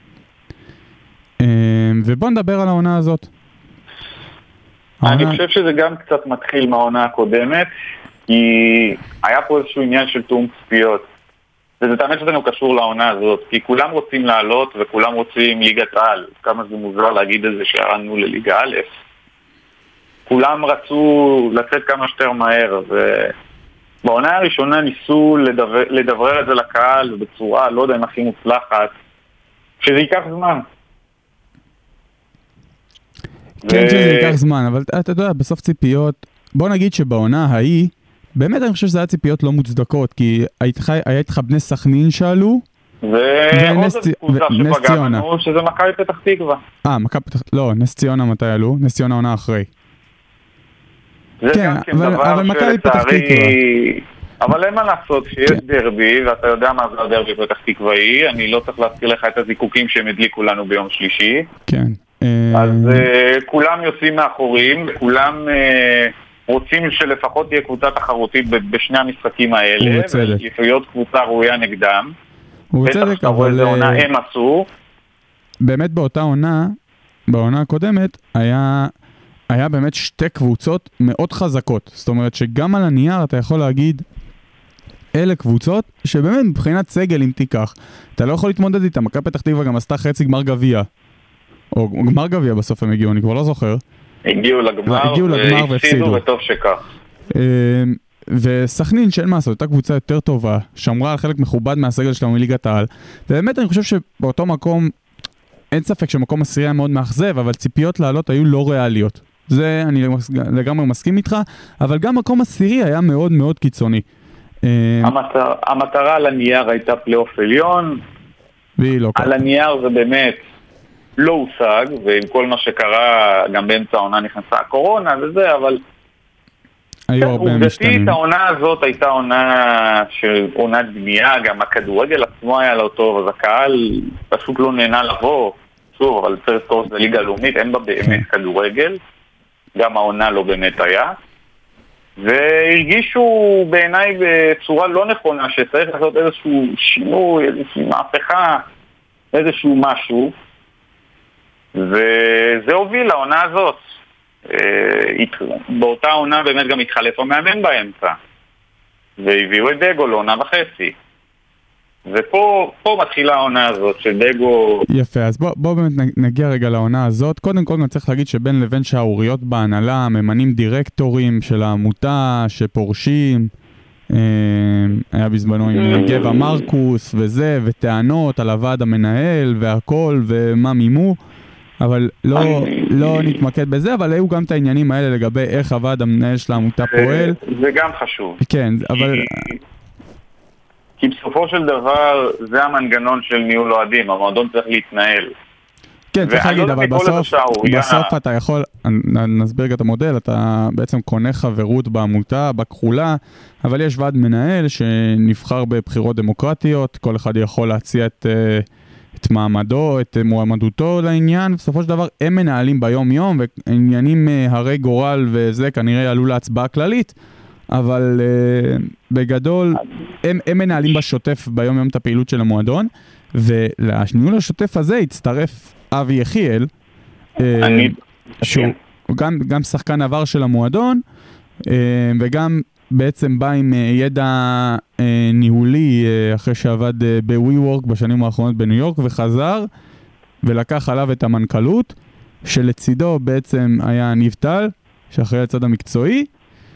ובוא נדבר על העונה הזאת. אני חושב שזה גם קצת מתחיל מהעונה הקודמת, כי היה פה איזשהו עניין של תאום ציפיות. וזה תאמת שלנו קשור לעונה הזאת, כי כולם רוצים לעלות וכולם רוצים ליגת על. כמה זה מוזר להגיד את זה שירדנו לליגה א'. כולם רצו לצאת כמה שיותר מהר, ובעונה הראשונה ניסו לדברר את זה לקהל בצורה, לא יודע אם הכי מוצלחת, שזה ייקח זמן. כן, שזה ייקח זמן, אבל אתה יודע, בסוף ציפיות, בוא נגיד שבעונה ההיא, באמת אני חושב שזה היה ציפיות לא מוצדקות, כי היה איתך בני סכנין שעלו, ועוד קבוצה שפגעה בנו, שזה מכבי פתח תקווה. לא, נס ציונה מתי עלו? נס ציונה עונה אחרי. כן, אבל מכבי פתח תקווה. אבל אין מה לעשות, כשיש דרבי, ואתה יודע מה זה הדרבי פתח תקוואי, אני לא צריך להזכיר לך את הזיקוקים שהם הדליקו לנו ביום שלישי. כן. אז כולם יוצאים מאחורים, וכולם רוצים שלפחות תהיה קבוצה תחרותית בשני המשחקים האלה, ושהיות קבוצה ראויה נגדם. ובצדק, אבל הם עשו. באמת בעונה הקודמת, היה באמת שתי קבוצות מאוד חזקות. זאת אומרת שגם על הנייר אתה יכול להגיד, אלה קבוצות שבאמת מבחינת סגל אם תיקח, אתה לא יכול להתמודד איתה. מכבי פתח תקווה גם עשתה חצי גמר גביע. או גמר גביע בסוף הם הגיעו, אני כבר לא זוכר. הגיעו לגמר והפסידו, וטוב שכך. וסכנין שאין מה לעשות, הייתה קבוצה יותר טובה, שמרה על חלק מכובד מהסגל שלנו מליגת העל. ובאמת אני חושב שבאותו מקום, אין ספק שמקום עשירי היה מאוד מאכזב, אבל ציפיות לעלות היו לא ריאליות. זה אני לגמרי מסכים איתך, אבל גם מקום עשירי היה מאוד מאוד קיצוני. המטרה על הנייר הייתה פלייאוף עליון, על הנייר זה באמת לא הושג, ועם כל מה שקרה גם באמצע העונה נכנסה הקורונה וזה, אבל עובדתית העונה הזאת הייתה עונת בנייה, גם הכדורגל עצמו היה לא טוב, אז הקהל פשוט לא נהנה לבוא, שוב, אבל צריך לזכור שזה ליגה לאומית, אין בה באמת כדורגל, גם העונה לא באמת היה, והרגישו בעיניי בצורה לא נכונה שצריך לעשות איזשהו שינוי, איזושהי מהפכה, איזשהו משהו, וזה הוביל לעונה הזאת. באותה עונה באמת גם התחלף המאמן באמצע, והביאו את דגו לעונה וחצי, ופה מתחילה העונה הזאת של דגו. יפה, אז בוא באמת נגיע רגע לעונה הזאת. קודם כל אני צריך להגיד שבין לבין שהאוריות בהנהלה ממנים דירקטורים של העמותה שפורשים, היה בזמנו עם גבע מרקוס וזה, וטענות על הוועד המנהל והכל ומה מימו, אבל לא נתמקד בזה, אבל היו גם את העניינים האלה לגבי איך הוועד המנהל של העמותה פועל. זה גם חשוב. כן, אבל כי בסופו של דבר זה המנגנון של ניהול אוהדים, המועדון צריך להתנהל. כן, צריך להגיד, אבל בסוף אתה יכול, נסביר את המודל, אתה בעצם קונה חברות בעמותה, בכחולה, אבל יש ועד מנהל שנבחר בבחירות דמוקרטיות, כל אחד יכול להציע את מעמדו, את מועמדותו לעניין, בסופו של דבר הם מנהלים ביום יום, ועניינים הרי גורל וזה כנראה יעלו להצבעה כללית, אבל בגדול הם מנהלים בשוטף ביום יום את הפעילות של המועדון, ולניהול השוטף הזה הצטרף אבי יחיאל, שהוא גם שחקן עבר של המועדון, וגם בעצם בא עם ידע ניהולי אחרי שעבד ב-WeWork בשנים האחרונות בניו יורק, וחזר ולקח עליו את המנכ"לות, שלצידו בעצם היה ניב טל, שאחראי על הצד המקצועי,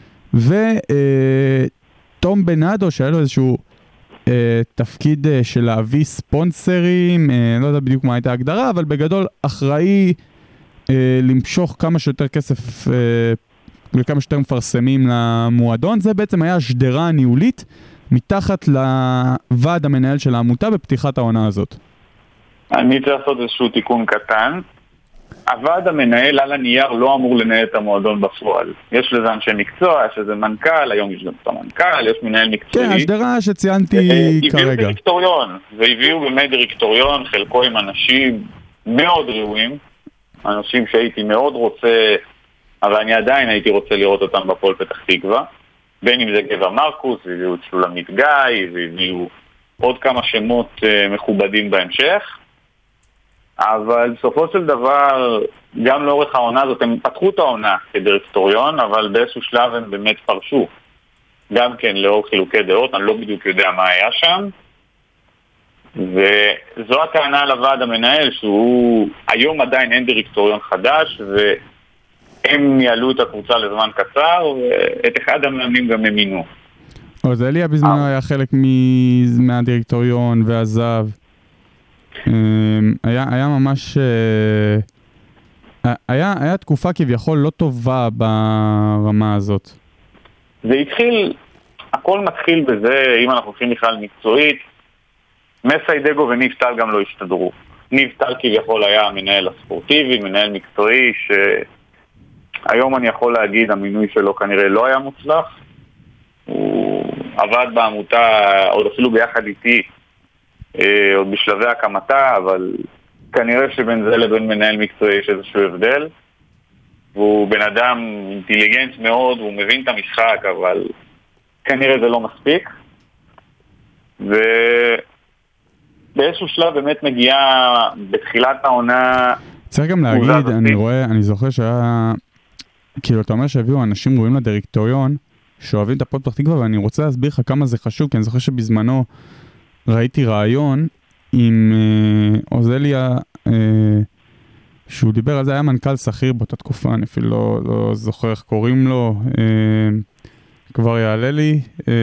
ותום בנאדו שהיה לו איזשהו תפקיד של להביא ספונסרים, לא יודע בדיוק מה הייתה ההגדרה, אבל בגדול אחראי למשוך כמה שיותר כסף וכמה שיותר מפרסמים למועדון. זה בעצם היה השדרה הניהולית מתחת לוועד המנהל של העמותה בפתיחת העונה הזאת. אני צריך לעשות איזשהו תיקון קטן. הוועד המנהל על הנייר לא אמור לנהל את המועדון בפועל. יש לזה אנשי מקצוע, יש לזה מנכ"ל, היום יש גם את המנכ"ל, יש מנהל מקצועי. כן, השדרה שציינתי כרגע. הביאו דירקטוריון, והביאו באמת דירקטוריון, חלקו עם אנשים מאוד ראויים, אנשים שהייתי מאוד רוצה, אבל אני עדיין הייתי רוצה לראות אותם בפועל פתח תקווה, בין אם זה גבע מרקוס, והביאו את שולמית גיא, והביאו עוד כמה שמות מכובדים בהמשך. אבל בסופו של דבר, גם לאורך העונה הזאת, הם פתחו את העונה כדירקטוריון, אבל באיזשהו שלב הם באמת פרשו. גם כן לאור חילוקי דעות, אני לא בדיוק יודע מה היה שם. וזו הטענה לוועד המנהל, שהוא היום עדיין אין דירקטוריון חדש, והם יעלו את הקבוצה לזמן קצר, ואת אחד המאמנים גם המינו. אז אליה בזמנו היה חלק מהדירקטוריון ועזב. היה ממש היה תקופה כביכול לא טובה ברמה הזאת. זה התחיל, הכל מתחיל בזה, אם אנחנו הולכים בכלל מקצועית, מסיידגו וניב טל גם לא הסתדרו. ניב טל כביכול היה המנהל הספורטיבי, מנהל מקצועי, שהיום אני יכול להגיד, המינוי שלו כנראה לא היה מוצלח. הוא עבד בעמותה, עוד אפילו ביחד איתי, עוד בשלבי הקמתה, אבל כנראה שבין זה לבין מנהל מקצועי יש איזשהו הבדל. והוא בן אדם אינטליגנט מאוד, הוא מבין את המשחק, אבל כנראה זה לא מספיק. ובאיזשהו שלב באמת מגיעה בתחילת העונה... צריך גם להגיד, אני זוכר שהיה... כאילו, אתה אומר שהביאו אנשים ראויים לדירקטוריון, שאוהבים את הפועל פתח תקווה, ואני רוצה להסביר לך כמה זה חשוב, כי אני זוכר שבזמנו ראיתי רעיון עם אוזליה, שהוא דיבר על זה, היה מנכ"ל שכיר באותה תקופה, אני אפילו לא זוכר איך קוראים לו, כבר יעלה לי,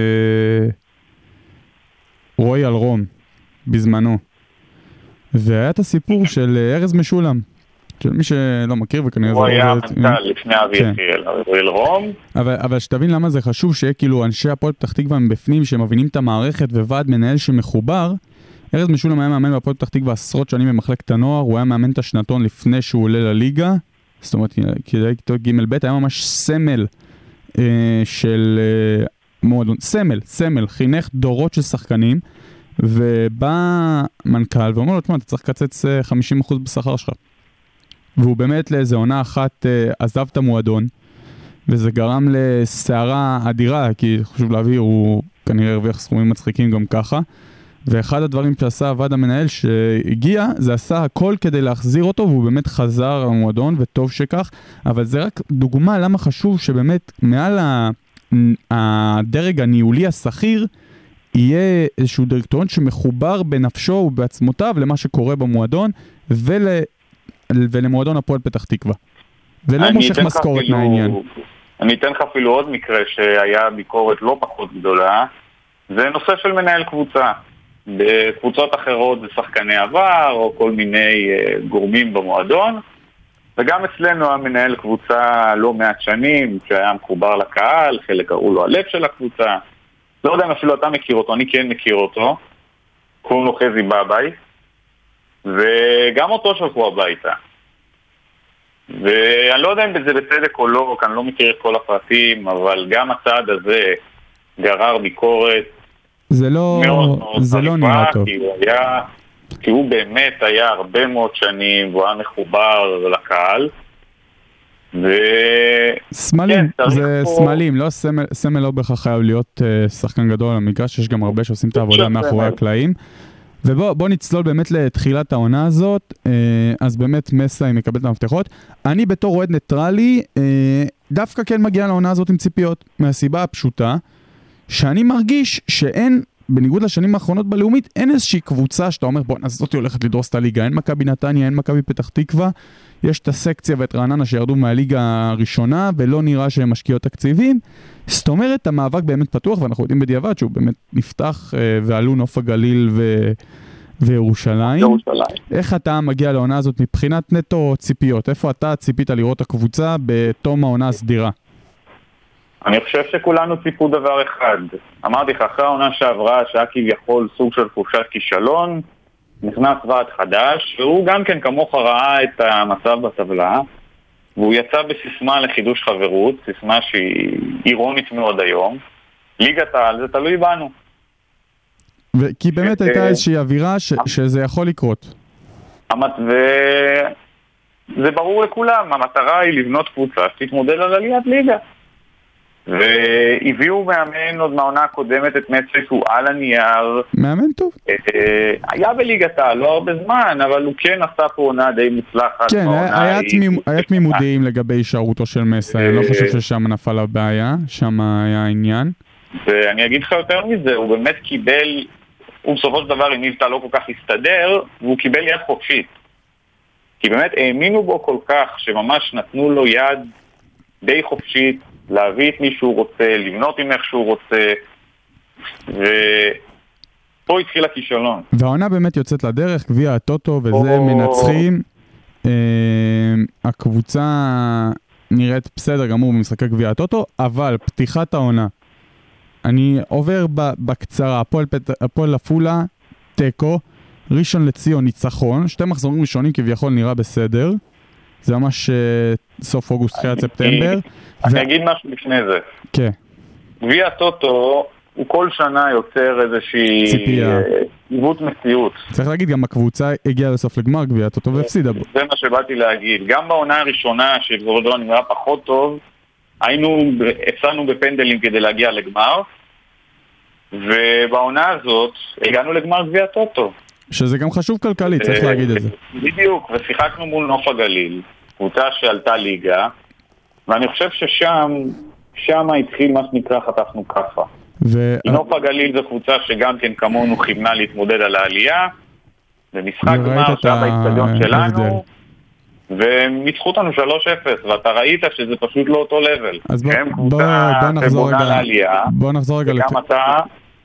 רועי אלרום, בזמנו. והיה את הסיפור של ארז משולם, של מי שלא מכיר וכנראה... הוא היה מנכ"ל לפני אבי יחיאל, רועי אלרום. אבל שתבין למה זה חשוב, שיהיה כאילו אנשי הפועל פתח תקווה מבפנים, שמבינים את המערכת וועד מנהל שמחובר. ארז משולם היה מאמן בהפועל פתח תקווה עשרות שנים במחלקת הנוער, הוא היה מאמן את השנתון לפני שהוא עולה לליגה, זאת אומרת, כדי כתוב ג' ב', היה ממש סמל של מועדון, סמל, חינך דורות של שחקנים, ובא מנכ"ל ואומר לו, תשמע, אתה צריך לקצץ 50% בשכר שלך. והוא באמת לאיזו עונה אחת עזב את המועדון, וזה גרם לסערה אדירה, כי חשוב להביא, הוא כנראה הרוויח סכומים מצחיקים גם ככה, ואחד הדברים שעשה הוועד המנהל שהגיע, זה עשה הכל כדי להחזיר אותו, והוא באמת חזר למועדון, וטוב שכך, אבל זה רק דוגמה למה חשוב שבאמת מעל הדרג הניהולי השכיר, יהיה איזשהו דירקטוריון שמחובר בנפשו ובעצמותיו למה שקורה במועדון, ולמועדון הפועל פתח תקווה. ולא מושך משכורת מהעניין. אני אתן לך אפילו עוד מקרה שהיה ביקורת לא פחות גדולה, זה נושא של מנהל קבוצה. בקבוצות אחרות זה שחקני עבר או כל מיני גורמים במועדון, וגם אצלנו המנהל קבוצה לא מעט שנים שהיה מחובר לקהל, חלק קראו לו הלב של הקבוצה, לא יודע אם אפילו אתה מכיר אותו, אני כן מכיר אותו, קוראים לו חזי בבאי, וגם אותו שלחו הביתה. ואני לא יודע אם זה בצדק או לא, כי אני לא מכיר את כל הפרטים, אבל גם הצעד הזה גרר ביקורת זה לא, זה לא נראה טוב. כי הוא באמת היה הרבה מאוד שנים, והוא היה מחובר לקהל. סמלים, זה סמלים, לא סמל לא בכך חייב להיות שחקן גדול על המגרש, יש גם הרבה שעושים את העבודה מאחורי הקלעים. ובוא נצלול באמת לתחילת העונה הזאת, אז באמת מסי מקבל את המפתחות. אני בתור אוהד ניטרלי, דווקא כן מגיע לעונה הזאת עם ציפיות, מהסיבה הפשוטה, שאני מרגיש שאין, בניגוד לשנים האחרונות בלאומית, אין איזושהי קבוצה שאתה אומר, בוא, אז זאתי הולכת לדרוס את הליגה, אין מכבי נתניה, אין מכבי פתח תקווה, יש את הסקציה ואת רעננה שירדו מהליגה הראשונה, ולא נראה שהם משקיעות תקציבים. זאת אומרת, המאבק באמת פתוח, ואנחנו יודעים בדיעבד שהוא באמת נפתח, ועלו נוף הגליל וירושלים. איך אתה מגיע לעונה הזאת מבחינת נטו ציפיות? איפה אתה ציפית לראות הקבוצה בתום העונה הסדירה? אני חושב שכולנו ציפו דבר אחד. אמרתי לך, אחרי העונה שעברה, שהיה כביכול סוג של חופשת כישלון, נכנס ועד חדש, והוא גם כן כמוך ראה את המצב בטבלה, והוא יצא בסיסמה לחידוש חברות, סיסמה שהיא אירונית מאוד היום. ליגת העל, זה תלוי בנו. כי באמת הייתה איזושהי אווירה שזה יכול לקרות. זה ברור לכולם, המטרה היא לבנות קבוצה שתתמודד על עליית ליגה. והביאו מאמן עוד מהעונה הקודמת את מצי שהוא על הנייר. מאמן טוב. היה בליגת העל, לא הרבה זמן, אבל הוא כן עשה פה עונה די מוצלחת. כן, היה תמימודים לגבי הישארותו של מסי, אני לא חושב ששם נפל הבעיה, שם היה העניין. ואני אגיד לך יותר מזה, הוא באמת קיבל, הוא בסופו של דבר עם מבטא לא כל כך הסתדר, והוא קיבל יד חופשית. כי באמת האמינו בו כל כך, שממש נתנו לו יד די חופשית, להביא את מי שהוא רוצה, לבנות עם איך שהוא רוצה, ופה התחיל הכישלון. והעונה באמת יוצאת לדרך, גביע הטוטו, וזה מנצחים. הקבוצה נראית בסדר גמור במשחקי גביע הטוטו, אבל פתיחת העונה, אני עובר בקצרה, הפועל עפולה, תיקו, ראשון לציון ניצחון, 2 מחזורים ראשונים כביכול נראה בסדר, זה ממש סוף אוגוסט, תחילת ספטמבר. אני אגיד משהו לפני זה. כן. גביע הטוטו הוא כל שנה יוצר איזושהי ציפייה. עיוות מציאות. צריך להגיד, גם הקבוצה הגיעה לסוף לגמר גביע הטוטו והפסידה בו. זה מה שבאתי להגיד. גם בעונה הראשונה שגזורדון נראה פחות טוב, הפסדנו בפנדלים כדי להגיע לגמר, ובעונה הזאת הגענו לגמר גביע הטוטו. שזה גם חשוב כלכלית, צריך להגיד את זה. בדיוק, ושיחקנו מול נוף הגליל, קבוצה שעלתה ליגה, ואני חושב ששם התחיל מה שנקרא חטפנו כפה. נוף הגליל זו קבוצה שגם כן כמונו כיוונה להתמודד על העלייה, ומשחק גמר שהיה באצטדיון שלנו, והם ניצחו אותנו 3-0, ואתה ראית שזה פשוט לא אותו לבל. אז הם קבוצה שבונה לעלייה, וגם אתה,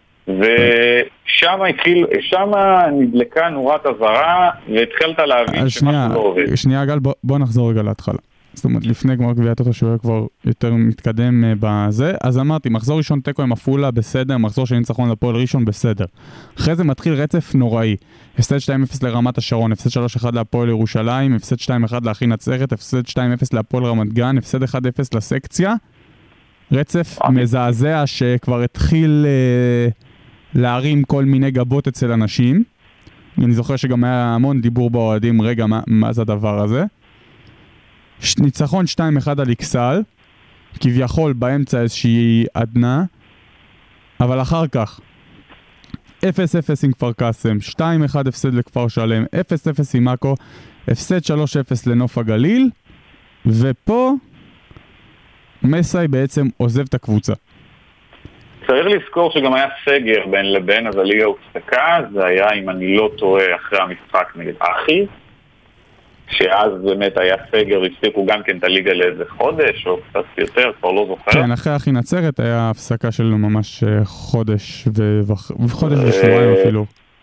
ושם נדלקה נורת אזהרה, והתחלת להבין שמשהו לא עובד. שנייה גל, בוא נחזור רגע להתחלה. זאת אומרת, לפני גמר גביע הטוטו שהוא כבר יותר מתקדם בזה, אז אמרתי, מחזור ראשון תיקו עם עפולה בסדר, מחזור שני ניצחון לפועל ראשון בסדר. אחרי זה מתחיל רצף נוראי. הפסד 2-0 לרמת השרון, הפסד 3-1 להפועל ירושלים, הפסד 2-1 לאחי נצרת, הפסד 2-0 להפועל רמת גן, הפסד 1-0 לסקציה. רצף מזעזע שכבר התחיל להרים כל מיני גבות אצל אנשים. אני זוכר שגם היה המון דיבור באוהדים, רגע, מה זה הדבר הזה? ניצחון 2-1 על איקסל, כביכול באמצע איזושהי עדנה, אבל אחר כך 0-0 עם כפר קאסם, 2-1 הפסד לכפר שלם, 0-0 עם עכו, הפסד 3-0 לנוף הגליל, ופה מסאי בעצם עוזב את הקבוצה. צריך לזכור שגם היה סגר בין לבין, אז הליגה הופסקה, זה היה, אם אני לא טועה, אחרי המשחק נגד אחי, שאז באמת היה סגר, הפסיקו גם כן את הליגה לאיזה חודש, או קצת יותר, כבר לא זוכר. כן, אחרי אחי נצרת היה הפסקה של ממש חודש ושבועיים אפילו.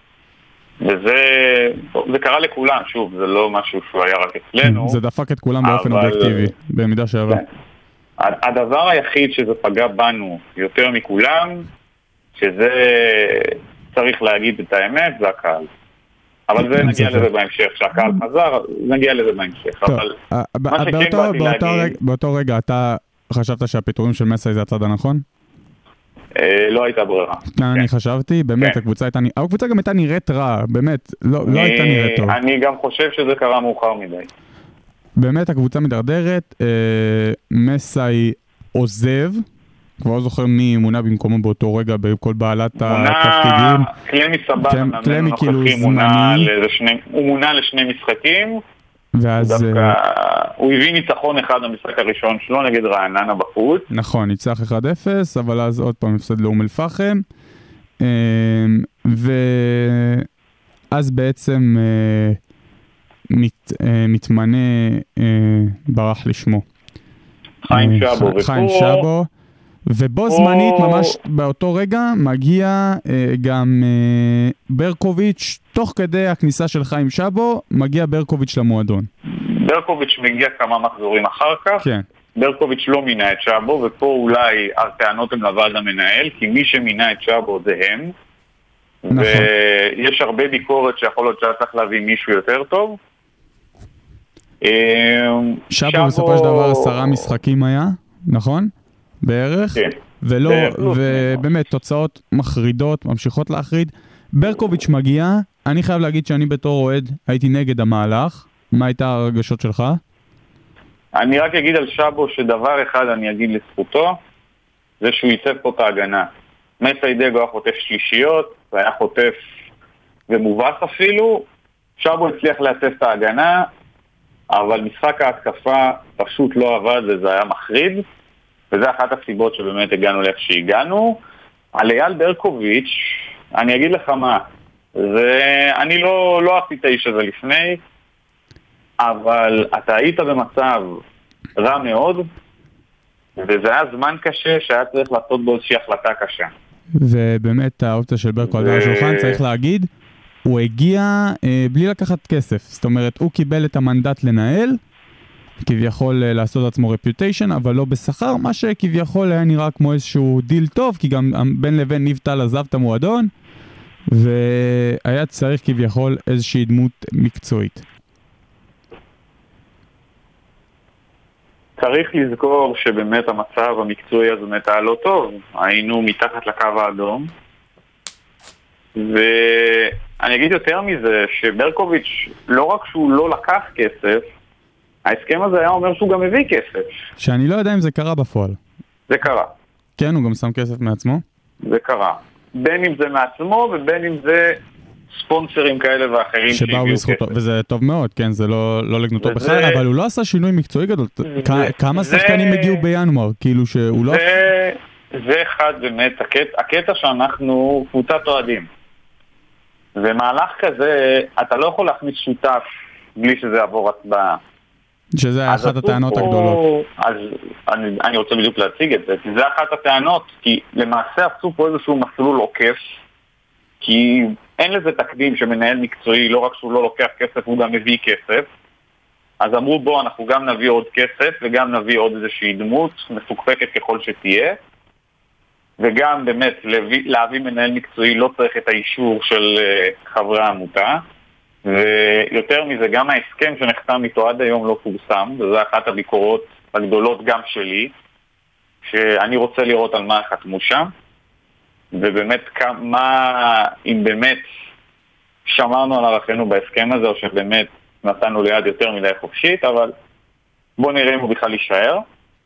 וזה קרה לכולם, שוב, זה לא משהו שהוא היה רק אצלנו. זה דפק את כולם באופן אובייקטיבי, במידה שעבר. הדבר היחיד שזה פגע בנו יותר מכולם, שזה צריך להגיד את האמת, זה הקהל. אבל זה נגיע לזה בהמשך, שהקהל חזר, נגיע לזה בהמשך. אבל מה שכן באתי להגיד... באותו רגע, אתה חשבת שהפיטורים של מסאי זה הצד הנכון? לא הייתה ברירה. אני חשבתי, באמת, הקבוצה גם הייתה נראית רע, באמת, לא הייתה נראית טוב. אני גם חושב שזה קרה מאוחר מדי. באמת, הקבוצה מדרדרת, מסאי עוזב, כבר לא זוכר מי מונה במקומו באותו רגע בכל בעלת התפקידים. קלמי סבבה, קלמי כאילו זמני. הוא מונה לשני משחקים, ואז... הוא הביא ניצחון אחד במשחק הראשון שלו נגד רעננה בחוץ. נכון, ניצח 1-0, אבל אז עוד פעם הפסד לאום אל פחם. ואז בעצם מתמנה, ברח לשמו. חיים שבו. ובו זמנית, ממש באותו רגע, מגיע גם ברקוביץ', תוך כדי הכניסה של חיים שבו, מגיע ברקוביץ' למועדון. ברקוביץ' מגיע כמה מחזורים אחר כך. כן. ברקוביץ' לא מינה את שבו, ופה אולי הטענות הן לוועד המנהל, כי מי שמינה את שבו זה הם. נכון. ויש הרבה ביקורת שיכול להיות שהיה צריך להביא מישהו יותר טוב. שבו בסופו של דבר 10 משחקים היה, נכון? בערך, כן. ובאמת תוצאות מחרידות, ממשיכות להחריד. ברקוביץ' מגיע, אני חייב להגיד שאני בתור אוהד הייתי נגד המהלך. מה הייתה הרגשות שלך? אני רק אגיד על שבו שדבר אחד אני אגיד לזכותו, זה שהוא ייצב פה את ההגנה. מסאי דגו היה חוטף שלישיות, והיה חוטף ומובס אפילו. שבו הצליח לייצב את ההגנה, אבל משחק ההתקפה פשוט לא עבד וזה היה מחריד. וזה אחת הסיבות שבאמת הגענו לאיך שהגענו. על אייל ברקוביץ', אני אגיד לך מה, אני לא אהבתי את האיש הזה לפני, אבל אתה היית במצב רע מאוד, וזה היה זמן קשה שהיה צריך לעשות בו איזושהי החלטה קשה. ובאמת האופציה של ברקו על השולחן, צריך להגיד, הוא הגיע בלי לקחת כסף. זאת אומרת, הוא קיבל את המנדט לנהל, כביכול לעשות עצמו רפיוטיישן, אבל לא בשכר, מה שכביכול היה נראה כמו איזשהו דיל טוב, כי גם בין לבין ניב טל עזב את המועדון, והיה צריך כביכול איזושהי דמות מקצועית. צריך לזכור שבאמת המצב המקצועי הזה באמת היה לא טוב. היינו מתחת לקו האדום. ואני אגיד יותר מזה, שברקוביץ' לא רק שהוא לא לקח כסף, ההסכם הזה היה אומר שהוא גם הביא כסף. שאני לא יודע אם זה קרה בפועל. זה קרה. כן, הוא גם שם כסף מעצמו? זה קרה. בין אם זה מעצמו ובין אם זה ספונסרים כאלה ואחרים שבאו בזכותו, וזה טוב מאוד, כן, זה לא לגנותו בכלל, אבל הוא לא עשה שינוי מקצועי גדול. כמה שחקנים הגיעו בינואר? כאילו שהוא לא... זה אחד באמת, הקטע שאנחנו קבוצת אוהדים. ומהלך כזה, אתה לא יכול להכניס שותף בלי שזה יעבור הצבעה. שזה אחת הטענות הגדולות. אז אני רוצה בדיוק להציג את זה, כי זה אחת הטענות, כי למעשה עשו פה איזשהו מסלול עוקף, כי אין לזה תקדים שמנהל מקצועי, לא רק שהוא לא לוקח כסף, הוא גם מביא כסף. אז אמרו בוא, אנחנו גם נביא עוד כסף, וגם נביא עוד איזושהי דמות, מפוקפקת ככל שתהיה, וגם באמת להביא מנהל מקצועי לא צריך את האישור של חברי העמותה, ויותר מזה גם ההסכם שנחתם איתו עד היום לא פורסם, וזו אחת הביקורות הגדולות גם שלי, שאני רוצה לראות על מה חתמו שם, ובאמת אם באמת שמרנו על ערכינו בהסכם הזה, או שבאמת נתנו ליד יותר מדי חופשית, אבל בוא נראה אם הוא בכלל יישאר.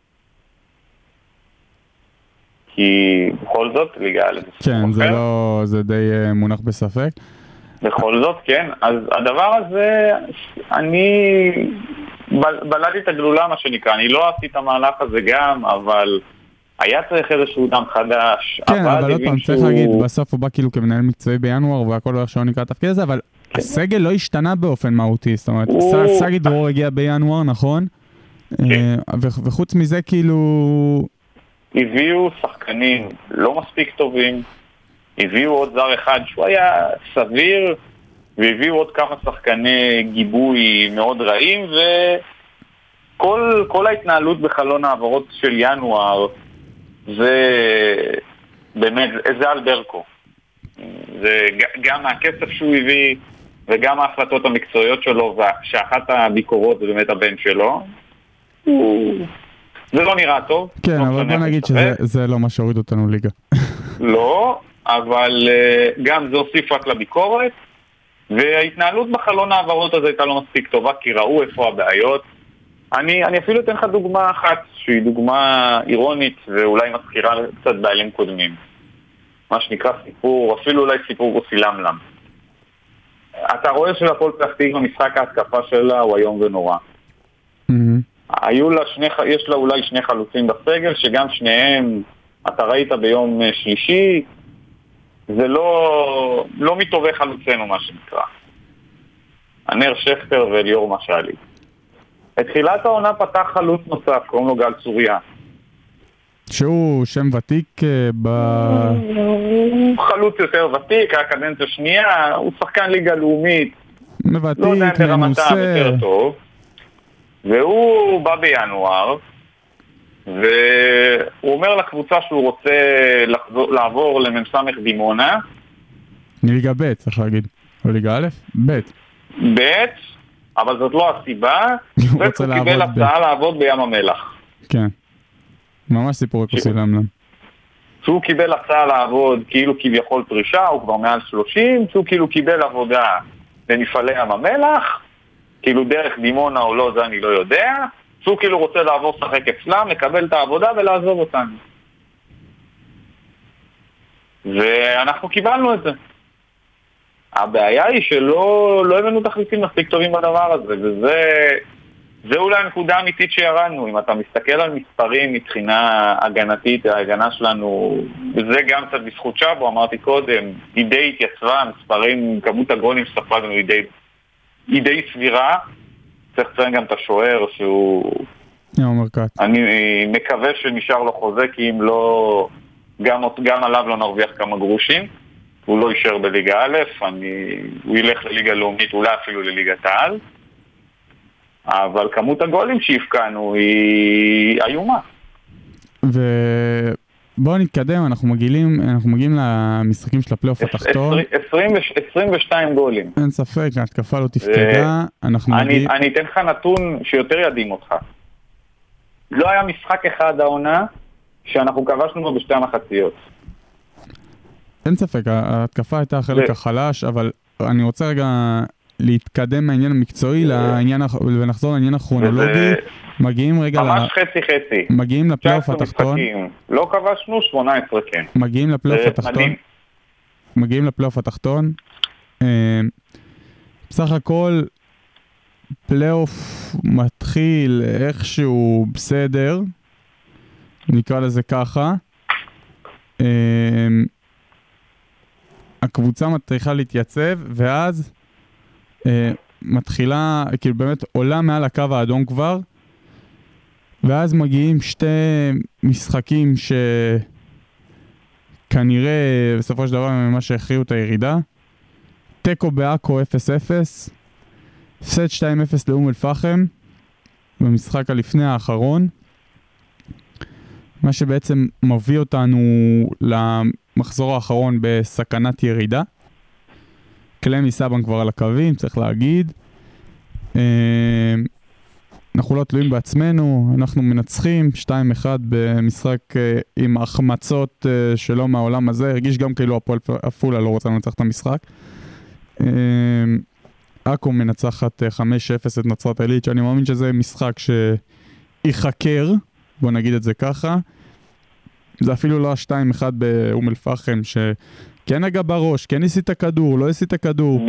כי בכל זאת, ליגה א' כן, זה די מונח בספק. בכל זאת, כן. אז הדבר הזה, אני בלעתי את הגלולה, מה שנקרא. אני לא עשיתי את המהלך הזה גם, אבל היה צריך איזשהו דם חדש. כן, אבל עוד פעם, צריך להגיד, בסוף הוא בא כאילו כמנהל מקצועי בינואר, והכל לא עכשיו נקרא התפקיד הזה, אבל הסגל לא השתנה באופן מהותי. זאת אומרת, סגי דרור הגיע בינואר, נכון? וחוץ מזה, כאילו... הביאו שחקנים לא מספיק טובים, הביאו עוד זר אחד שהוא היה סביר, והביאו עוד כמה שחקני גיבוי מאוד רעים, וכל ההתנהלות בחלון העברות של ינואר זה באמת, זה על ברקו. זה גם הכסף שהוא הביא וגם ההחלטות המקצועיות שלו, שאחת הביקורות זה באמת הבן שלו. זה לא נראה טוב. כן, אבל בוא נגיד שזה לא מה שהוריד אותנו ליגה. לא, אבל גם זה הוסיף רק לביקורת, וההתנהלות בחלון העברות הזה הייתה לא מספיק טובה, כי ראו איפה הבעיות. אני אפילו אתן לך דוגמה אחת, שהיא דוגמה אירונית, ואולי מזכירה קצת בעלים קודמים. מה שנקרא סיפור, אפילו אולי סיפור גוסילמלם. אתה רואה שלפועל פתח תקווה משחק ההתקפה שלה הוא היום ונורא. יש לה אולי שני חלוצים בסגל, שגם שניהם, אתה ראית ביום שלישי, זה לא מטובי חלוצינו מה שנקרא. ענר שכטר וליאור משאלי. את תחילת העונה פתח חלוץ נוסף, קוראים לו גל צוריה. שהוא שם ותיק הוא חלוץ יותר ותיק, הקדנציה שנייה, הוא שחקן ליגה לאומית. מבטיק, לא יודע ברמתה מנוסה. יותר טוב. והוא בא בינואר, והוא אומר לקבוצה שהוא רוצה לעבור למסמך דימונה. ליגה ב' צריך להגיד, או ליגה א'? ב'. אבל זאת לא הסיבה, והוא קיבל הצעה לעבוד בים המלח. כן, ממש סיפורי גוסילמלם. שהוא קיבל הצעה לעבוד כאילו כביכול פרישה, הוא כבר מעל 30, שהוא כאילו קיבל עבודה במפעלי ים המלח, כאילו דרך דימונה או לא, זה אני לא יודע, שהוא כאילו רוצה לעבור שחק אצלם, לקבל את העבודה ולעזוב אותנו. ואנחנו קיבלנו את זה. הבעיה היא שלא הבאנו תחליפים מספיק טובים בדבר הזה, וזה אולי הנקודה האמיתית שירדנו. אם אתה מסתכל על מספרים מבחינה הגנתית, ההגנה שלנו, וזה גם קצת בזכות שבו, אמרתי קודם, היא די התייצבה, מספרים, כמות הגולים שספרה לנו היא די סבירה. צריך לציין גם את השוער שהוא... אני מקווה שנשאר לו חוזה, כי אם לא, גם עליו לא נרוויח כמה גרושים. הוא לא יישאר בליגה א', הוא ילך לליגה לאומית, אולי אפילו לליגת העל. אבל כמות הגולים שהפקענו היא איומה. ובואו נתקדם, אנחנו מגיעים למשחקים של הפלייאוף התחתון. 22 גולים. אין ספק, ההתקפה לא תפקדה. אני אתן לך נתון שיותר ידעים אותך. לא היה משחק אחד העונה שאנחנו כבשנו בו בשתי המחציות. אין ספק, ההתקפה הייתה החלק החלש, אבל אני רוצה רגע להתקדם מהעניין המקצועי ונחזור לעניין הכרונולוגי. מגיעים רגע... ממש חצי-חצי. מגיעים לפלייאוף התחתון. לא כבשנו, 18 כן. מגיעים לפלייאוף התחתון. מגיעים לפלייאוף התחתון. בסך הכל, פלייאוף מתחיל איכשהו בסדר. נקרא לזה ככה. הקבוצה מתחילה להתייצב, ואז מתחילה, כאילו באמת עולה מעל הקו האדום כבר, ואז מגיעים שתי משחקים שכנראה בסופו של דבר ממה שהכריעו את הירידה. טקו בעכו 0-0, הפסד 2-0 לאום אל-פחם במשחק הלפני האחרון, מה שבעצם מביא אותנו למחזור האחרון בסכנת ירידה. קלמי סבן כבר על הקווים, צריך להגיד. אנחנו לא תלויים בעצמנו, אנחנו מנצחים 2-1 במשחק עם החמצות שלא מהעולם הזה. הרגיש גם כאילו הפועל עפולה לא רוצה לנצח את המשחק. עכו מנצחת 5-0 את נצרת עילית, שאני מאמין שזה משחק שיחקר, בוא נגיד את זה ככה. זה אפילו לא 2-1 באום אל-פחם, שכן נגע בראש, כן ניסית כדור, לא ניסית כדור.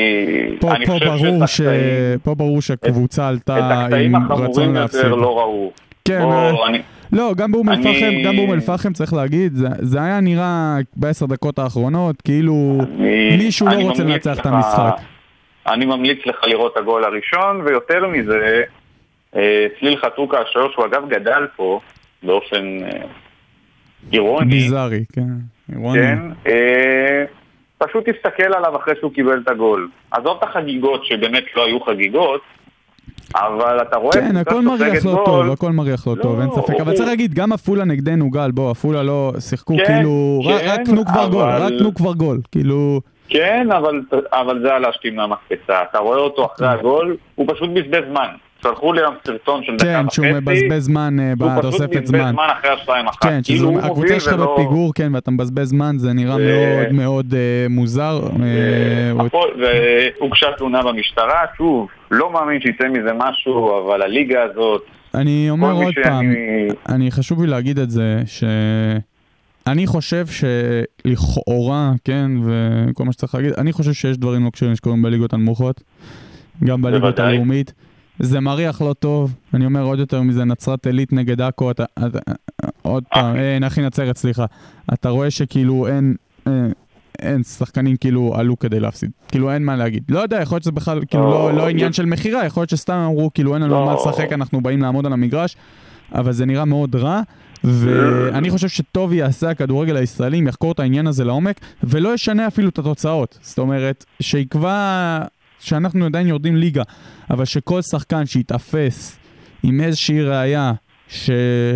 פה ברור שהקבוצה עלתה עם רצון להפסיד. יותר לא ראו. כן, לא, גם באום אל-פחם צריך להגיד, זה היה נראה ב10 דקות האחרונות, כאילו מישהו לא רוצה לנצח את המשחק. אני ממליץ לך לראות את הגול הראשון, ויותר מזה, צליל חתוקה, השוער שהוא אגב גדל פה, באופן אירוני. ביזארי, כן. אירוני. כן. פשוט תסתכל עליו אחרי שהוא קיבל את הגול. עזוב את החגיגות, שבאמת לא היו חגיגות, אבל אתה רואה... כן, הכל מריח לא טוב, הכל מריח לא טוב, אין ספק. אבל צריך להגיד, גם עפולה נגדנו, גל, בוא, עפולה לא שיחקו, כאילו, רק תנו כבר גול, כאילו... כן, אבל זה הלשתי מהמקפצה. אתה רואה אותו אחרי הגול, הוא פשוט בזבז זמן. שלחו לי סרטון של דקה וחצי. כן, שהוא מבזבז זמן בתוספת זמן. הוא פשוט מבזבז זמן אחרי 2-1. כן, הקבוצה שלך בפיגור, כן, ואתה מבזבז זמן, זה נראה מאוד מאוד מוזר. והוגשה תלונה במשטרה, שוב, לא מאמין שיצא מזה משהו, אבל הליגה הזאת... אני אומר עוד פעם, חשוב לי להגיד את זה, אני חושב שלכאורה, כן, וכל מה שצריך להגיד, אני חושב שיש דברים לא קשורים שקורים בליגות הנמוכות, גם בליגות הלאומית. זה מריח לא טוב, אני אומר עוד יותר מזה, נצרת עילית נגד עכו, עוד פעם, אחי נצרת, סליחה, אתה רואה שכאילו אין שחקנים כאילו עלו כדי להפסיד, כאילו אין מה להגיד, לא יודע, יכול להיות שזה בכלל כאילו לא עניין של מחירה, יכול להיות שסתם אמרו כאילו אין לנו מה לשחק, אנחנו באים לעמוד על המגרש, אבל זה נראה מאוד רע, ואני חושב שטוב יעשה הכדורגל הישראלי, יחקור את העניין הזה לעומק, ולא ישנה אפילו את התוצאות, זאת אומרת, שיקבע שאנחנו עדיין יורדים ליגה, אבל שכל שחקן שיתאפס עם איזושהי ראייה שהוא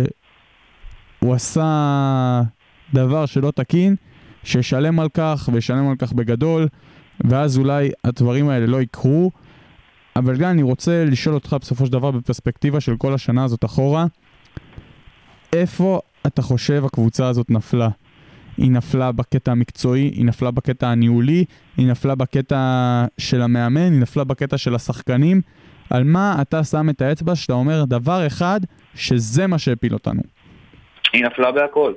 עשה דבר שלא תקין, שישלם על כך וישלם על כך בגדול, ואז אולי הדברים האלה לא יקרו. אבל גם אני רוצה לשאול אותך בסופו של דבר בפרספקטיבה של כל השנה הזאת אחורה, איפה אתה חושב הקבוצה הזאת נפלה? היא נפלה בקטע המקצועי, היא נפלה בקטע הניהולי, היא נפלה בקטע של המאמן, היא נפלה בקטע של השחקנים. על מה אתה שם את האצבע שאתה אומר דבר אחד שזה מה שהפיל אותנו? היא נפלה בהכל.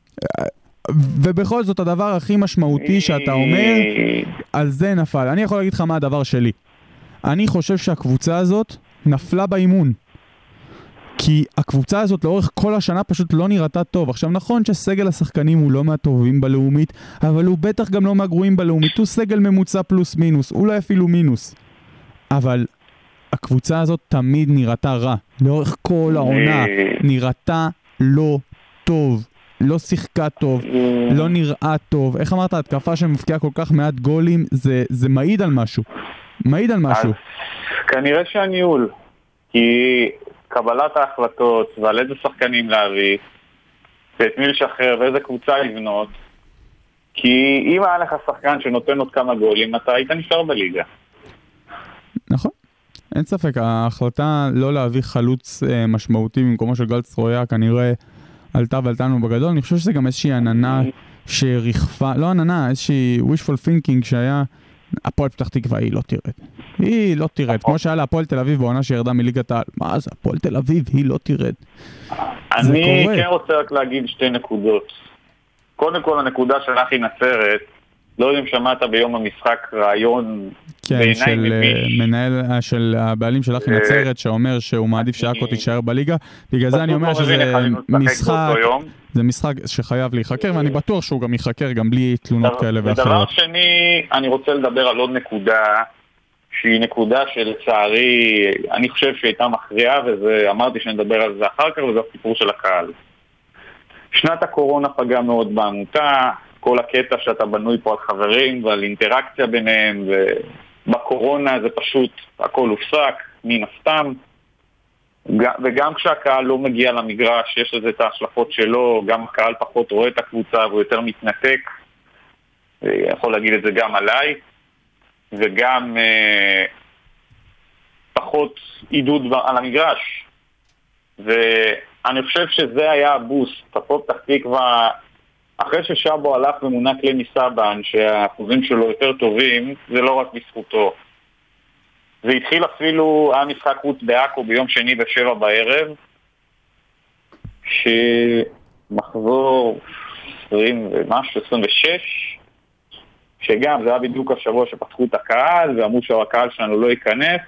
ובכל זאת הדבר הכי משמעותי שאתה אומר, על זה נפל. אני יכול להגיד לך מה הדבר שלי. אני חושב שהקבוצה הזאת נפלה באימון. כי הקבוצה הזאת לאורך כל השנה פשוט לא נראתה טוב. עכשיו נכון שסגל השחקנים הוא לא מהטובים בלאומית, אבל הוא בטח גם לא מהגרועים בלאומית. הוא סגל ממוצע פלוס מינוס, אולי אפילו מינוס. אבל הקבוצה הזאת תמיד נראתה רע. לאורך כל העונה נראתה לא טוב. לא שיחקה טוב, לא נראה טוב. איך אמרת, התקפה שמפקיעה כל כך מעט גולים, זה מעיד על משהו. מעיד על משהו. כנראה שהניהול, כי קבלת ההחלטות ועל איזה שחקנים להביא, ואת מי לשחרר ואיזה קבוצה לבנות, כי אם היה לך שחקן שנותן עוד כמה גולים, אתה היית נשאר בליגה. נכון. אין ספק, ההחלטה לא להביא חלוץ משמעותי במקומו של גל צרויה כנראה עלתה ועלתנו בגדול. אני חושב שזה גם איזושהי עננה שרחפה, לא עננה, איזושהי wishful thinking שהיה, הפועל פתח תקווה היא לא תירד. היא לא תירד, כמו שהיה להפועל תל אביב בעונה שירדה מליגת העל. מה זה, הפועל תל אביב היא לא תירד. אני כן רוצה רק להגיד שתי נקודות. קודם כל הנקודה של אחי נצרת, לא יודעים שמעת ביום המשחק רעיון כן, של מנהל, של הבעלים של אחי נצרת, שאומר שהוא מעדיף שעכו תישאר בליגה. בגלל זה אני אומר שזה משחק, זה משחק שחייב להיחקר, ואני בטוח שהוא גם ייחקר גם בלי תלונות כאלה ואחרות. ודבר שני, אני רוצה לדבר על עוד נקודה, שהיא נקודה שלצערי, אני חושב שהייתה מכריעה, ואמרתי שנדבר על זה אחר כך, וזה הסיפור של הקהל. שנת הקורונה פגעה מאוד בעמותה, כל הקטע שאתה בנוי פה על חברים ועל אינטראקציה ביניהם, ובקורונה זה פשוט הכל הופסק, מן הסתם. וגם כשהקהל לא מגיע למגרש, יש לזה את ההשלכות שלו, גם הקהל פחות רואה את הקבוצה והוא יותר מתנתק, יכול להגיד את זה גם עליי, וגם פחות עידוד על המגרש. ואני חושב שזה היה הבוסט, הפועל פתח תקווה, אחרי ששאבו הלך ומונה קלני סבן, שהאחוזים שלו יותר טובים, זה לא רק בזכותו. זה התחיל אפילו, היה משחק חוץ בעכו ביום שני ב7 בערב, שמחזור 20 ומשהו, 26, שגם זה היה בדיוק השבוע שפתחו את הקהל, ואמרו שהקהל שלנו לא ייכנס,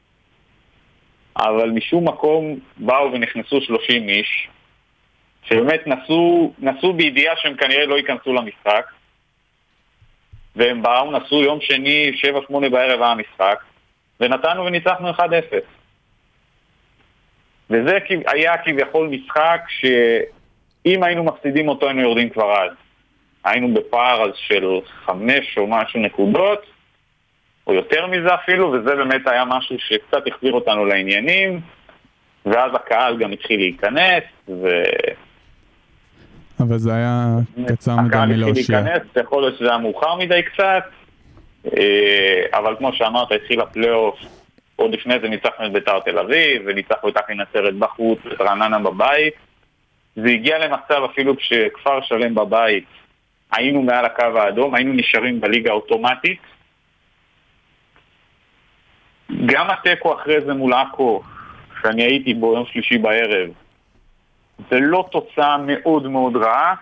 אבל משום מקום באו ונכנסו 30 איש, שבאמת נסו בידיעה שהם כנראה לא ייכנסו למשחק, והם באו, נסו יום שני 7-8 בערב היה המשחק, ונתנו וניצחנו 1-0. וזה היה כביכול משחק שאם היינו מפסידים אותו היינו יורדים כבר אז. היינו בפער אז של 5 או משהו נקודות, או יותר מזה אפילו, וזה באמת היה משהו שקצת החזיר אותנו לעניינים, ואז הקהל גם התחיל להיכנס, אבל זה היה קצר מדי מלהושיע. הקהל התחיל להיכנס, יכול להיות שזה היה מאוחר מדי קצת, אבל כמו שאמרת, התחיל הפלייאוף, עוד לפני זה ניצחנו את בית"ר תל אביב, וניצחנו את אחי נצרת בחוץ, ואת רעננה בבית. זה הגיע למצב אפילו כשכפר שלם בבית, היינו מעל הקו האדום, היינו נשארים בליגה אוטומטית. גם הטקו אחרי זה מול עכו, שאני הייתי בו יום שלישי בערב, זה לא תוצאה מאוד מאוד רעה,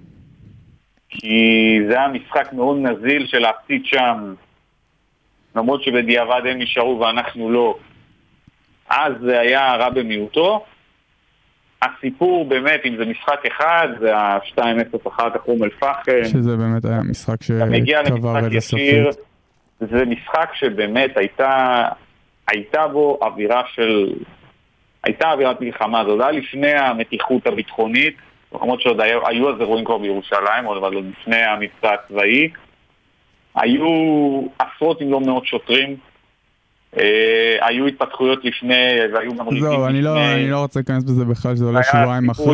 כי זה היה משחק מאוד נזיל של להפסיד שם, למרות שבדיעבד הם נשארו ואנחנו לא. אז זה היה רע במיעוטו. הסיפור באמת, אם זה משחק אחד, זה ה-2-0 אחר כך אום אל-פחם. שזה באמת היה משחק שקבר איזה סופית. זה משחק שבאמת הייתה בו אווירה של... הייתה אווירת מלחמה, זה היה לפני המתיחות הביטחונית, למרות שעוד היו אז אירועים כבר בירושלים, אבל לפני המבצע הצבאי. היו עשרות אם לא מאות שוטרים, היו התפתחויות לפני, והיו גם ריבים לפני. אני לא רוצה להיכנס בזה בכלל, שזה עולה שבועיים אחרי.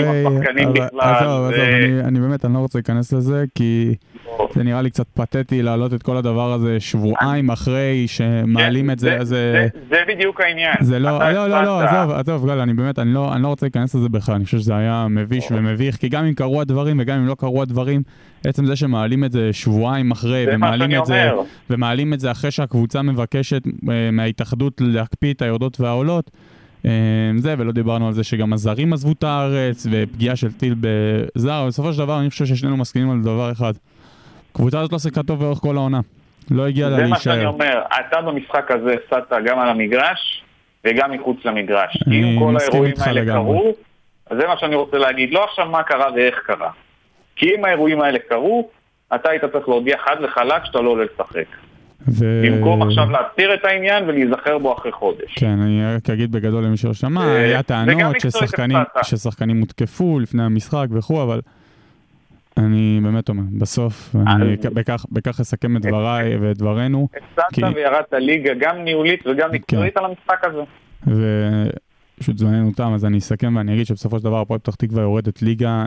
אני באמת, אני לא רוצה להיכנס לזה, כי זה נראה לי קצת פתטי להעלות את כל הדבר הזה שבועיים אחרי שמעלים את זה. זה בדיוק העניין. עזוב, גל, אני באמת, אני לא רוצה להיכנס לזה בכלל, אני חושב שזה היה מביש ומביך, כי גם אם קרו הדברים וגם אם לא קרו הדברים, עצם זה שמעלים את זה שבועיים אחרי, ומעלים את זה אחרי שהקבוצה מבקשת מההתאחדות להקפיא את היורדות והעולות, זה, ולא דיברנו על זה שגם הזרים עזבו את הארץ, ופגיעה של טיל בזר, בסופו של דבר אני חושב ששנינו מסכימים על דבר אחד. הקבוצה הזאת לא שיחקה טוב באורך כל העונה. לא הגיעה לה להישאר. זה מה שאני אומר, אתה במשחק הזה הפסדת גם על המגרש, וגם מחוץ למגרש. אם כל האירועים האלה קרו, אז זה מה שאני רוצה להגיד, לא עכשיו מה קרה ואיך קרה. כי אם האירועים האלה קרו, אתה היית צריך להודיע חד וחלק שאתה לא עולה לשחק. במקום עכשיו להסתיר את העניין ולהיזכר בו אחרי חודש. כן, אני רק אגיד בגדול למי שלא שמע, היה טענות ששחקנים הותקפו לפני המשחק וכו', אבל אני באמת אומר, בסוף, אני בכך אסכם את דבריי ואת דברינו. הפסדת וירדת ליגה גם ניהולית וגם מקצועית על המשחק הזה. ופשוט זמננו אותם, אז אני אסכם ואני אגיד שבסופו של דבר הפועל פתח תקווה יורדת ליגה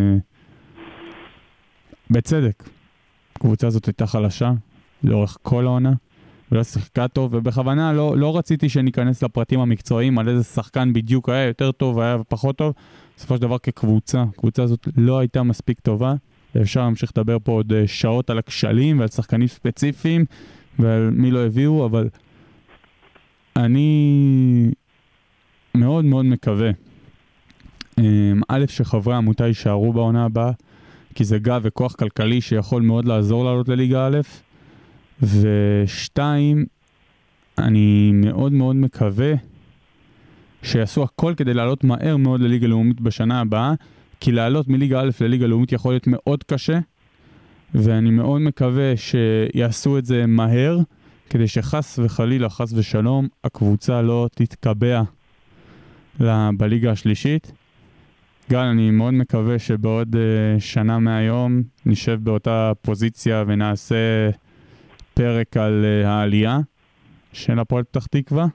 בצדק. הקבוצה הזאת הייתה חלשה לאורך כל העונה, ולא שיחקה טוב, ובכוונה לא רציתי שניכנס לפרטים המקצועיים על איזה שחקן בדיוק היה יותר טוב והיה פחות טוב. בסופו של דבר כקבוצה, הקבוצה הזאת לא הייתה מספיק טובה, ואפשר להמשיך לדבר פה עוד שעות על הכשלים ועל שחקנים ספציפיים ועל מי לא הביאו, אבל אני מאוד מאוד מקווה א' שחברי העמותה יישארו בעונה הבאה, כי זה גב וכוח כלכלי שיכול מאוד לעזור לעלות לליגה א', ושתיים, אני מאוד מאוד מקווה שיעשו הכל כדי לעלות מהר מאוד לליגה לאומית בשנה הבאה, כי לעלות מליגה א' לליגה לאומית יכול להיות מאוד קשה, ואני מאוד מקווה שיעשו את זה מהר, כדי שחס וחלילה, חס ושלום, הקבוצה לא תתקבע בליגה השלישית. גל, אני מאוד מקווה שבעוד שנה מהיום נשב באותה פוזיציה ונעשה פרק על העלייה של הפועל פתח תקווה.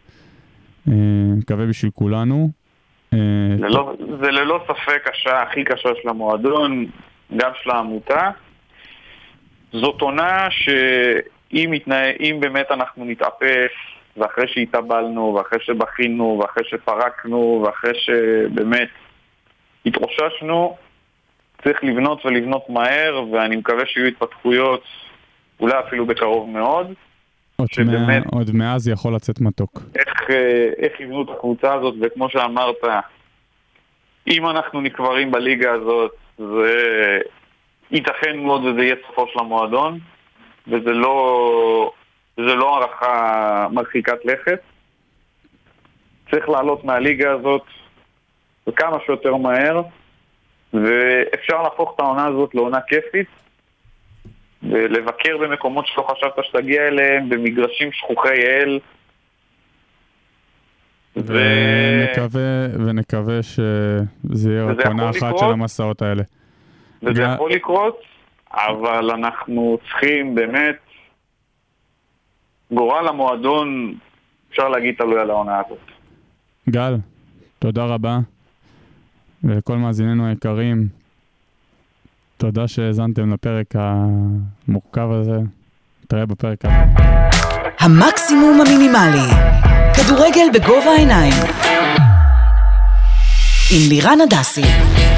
מקווה בשביל כולנו. זה ללא ספק השעה הכי קשה של המועדון, גם של העמותה. זאת עונה שאם באמת אנחנו נתאפס, ואחרי שהתאבלנו, ואחרי שבחינו, ואחרי שפרקנו, ואחרי שבאמת התרוששנו, צריך לבנות ולבנות מהר, ואני מקווה שיהיו התפתחויות, אולי אפילו בקרוב מאוד. עוד מאז יכול לצאת מתוק. איך יבנו את הקבוצה הזאת, וכמו שאמרת, אם אנחנו נקברים בליגה הזאת, זה ייתכן מאוד וזה יהיה סופו של המועדון, וזה לא הערכה מרחיקת לכת. צריך לעלות מהליגה הזאת וכמה שיותר מהר, ואפשר להפוך את העונה הזאת לעונה כיפית, ולבקר במקומות שלא חשבת שתגיע אליהם, במגרשים שכוחי אל. ונקווה שזה יהיה רק עונה אחת של המסעות האלה. וזה יכול לקרות, אבל אנחנו צריכים באמת, גורל המועדון, אפשר להגיד תלוי על העונה הזאת. גל, תודה רבה. ולכל מאזיננו היקרים, תודה שהאזנתם לפרק המורכב הזה. נתראה בפרק הבא. המקסימום המינימלי. כדורגל בגובה העיניים. עם לירן הדסי.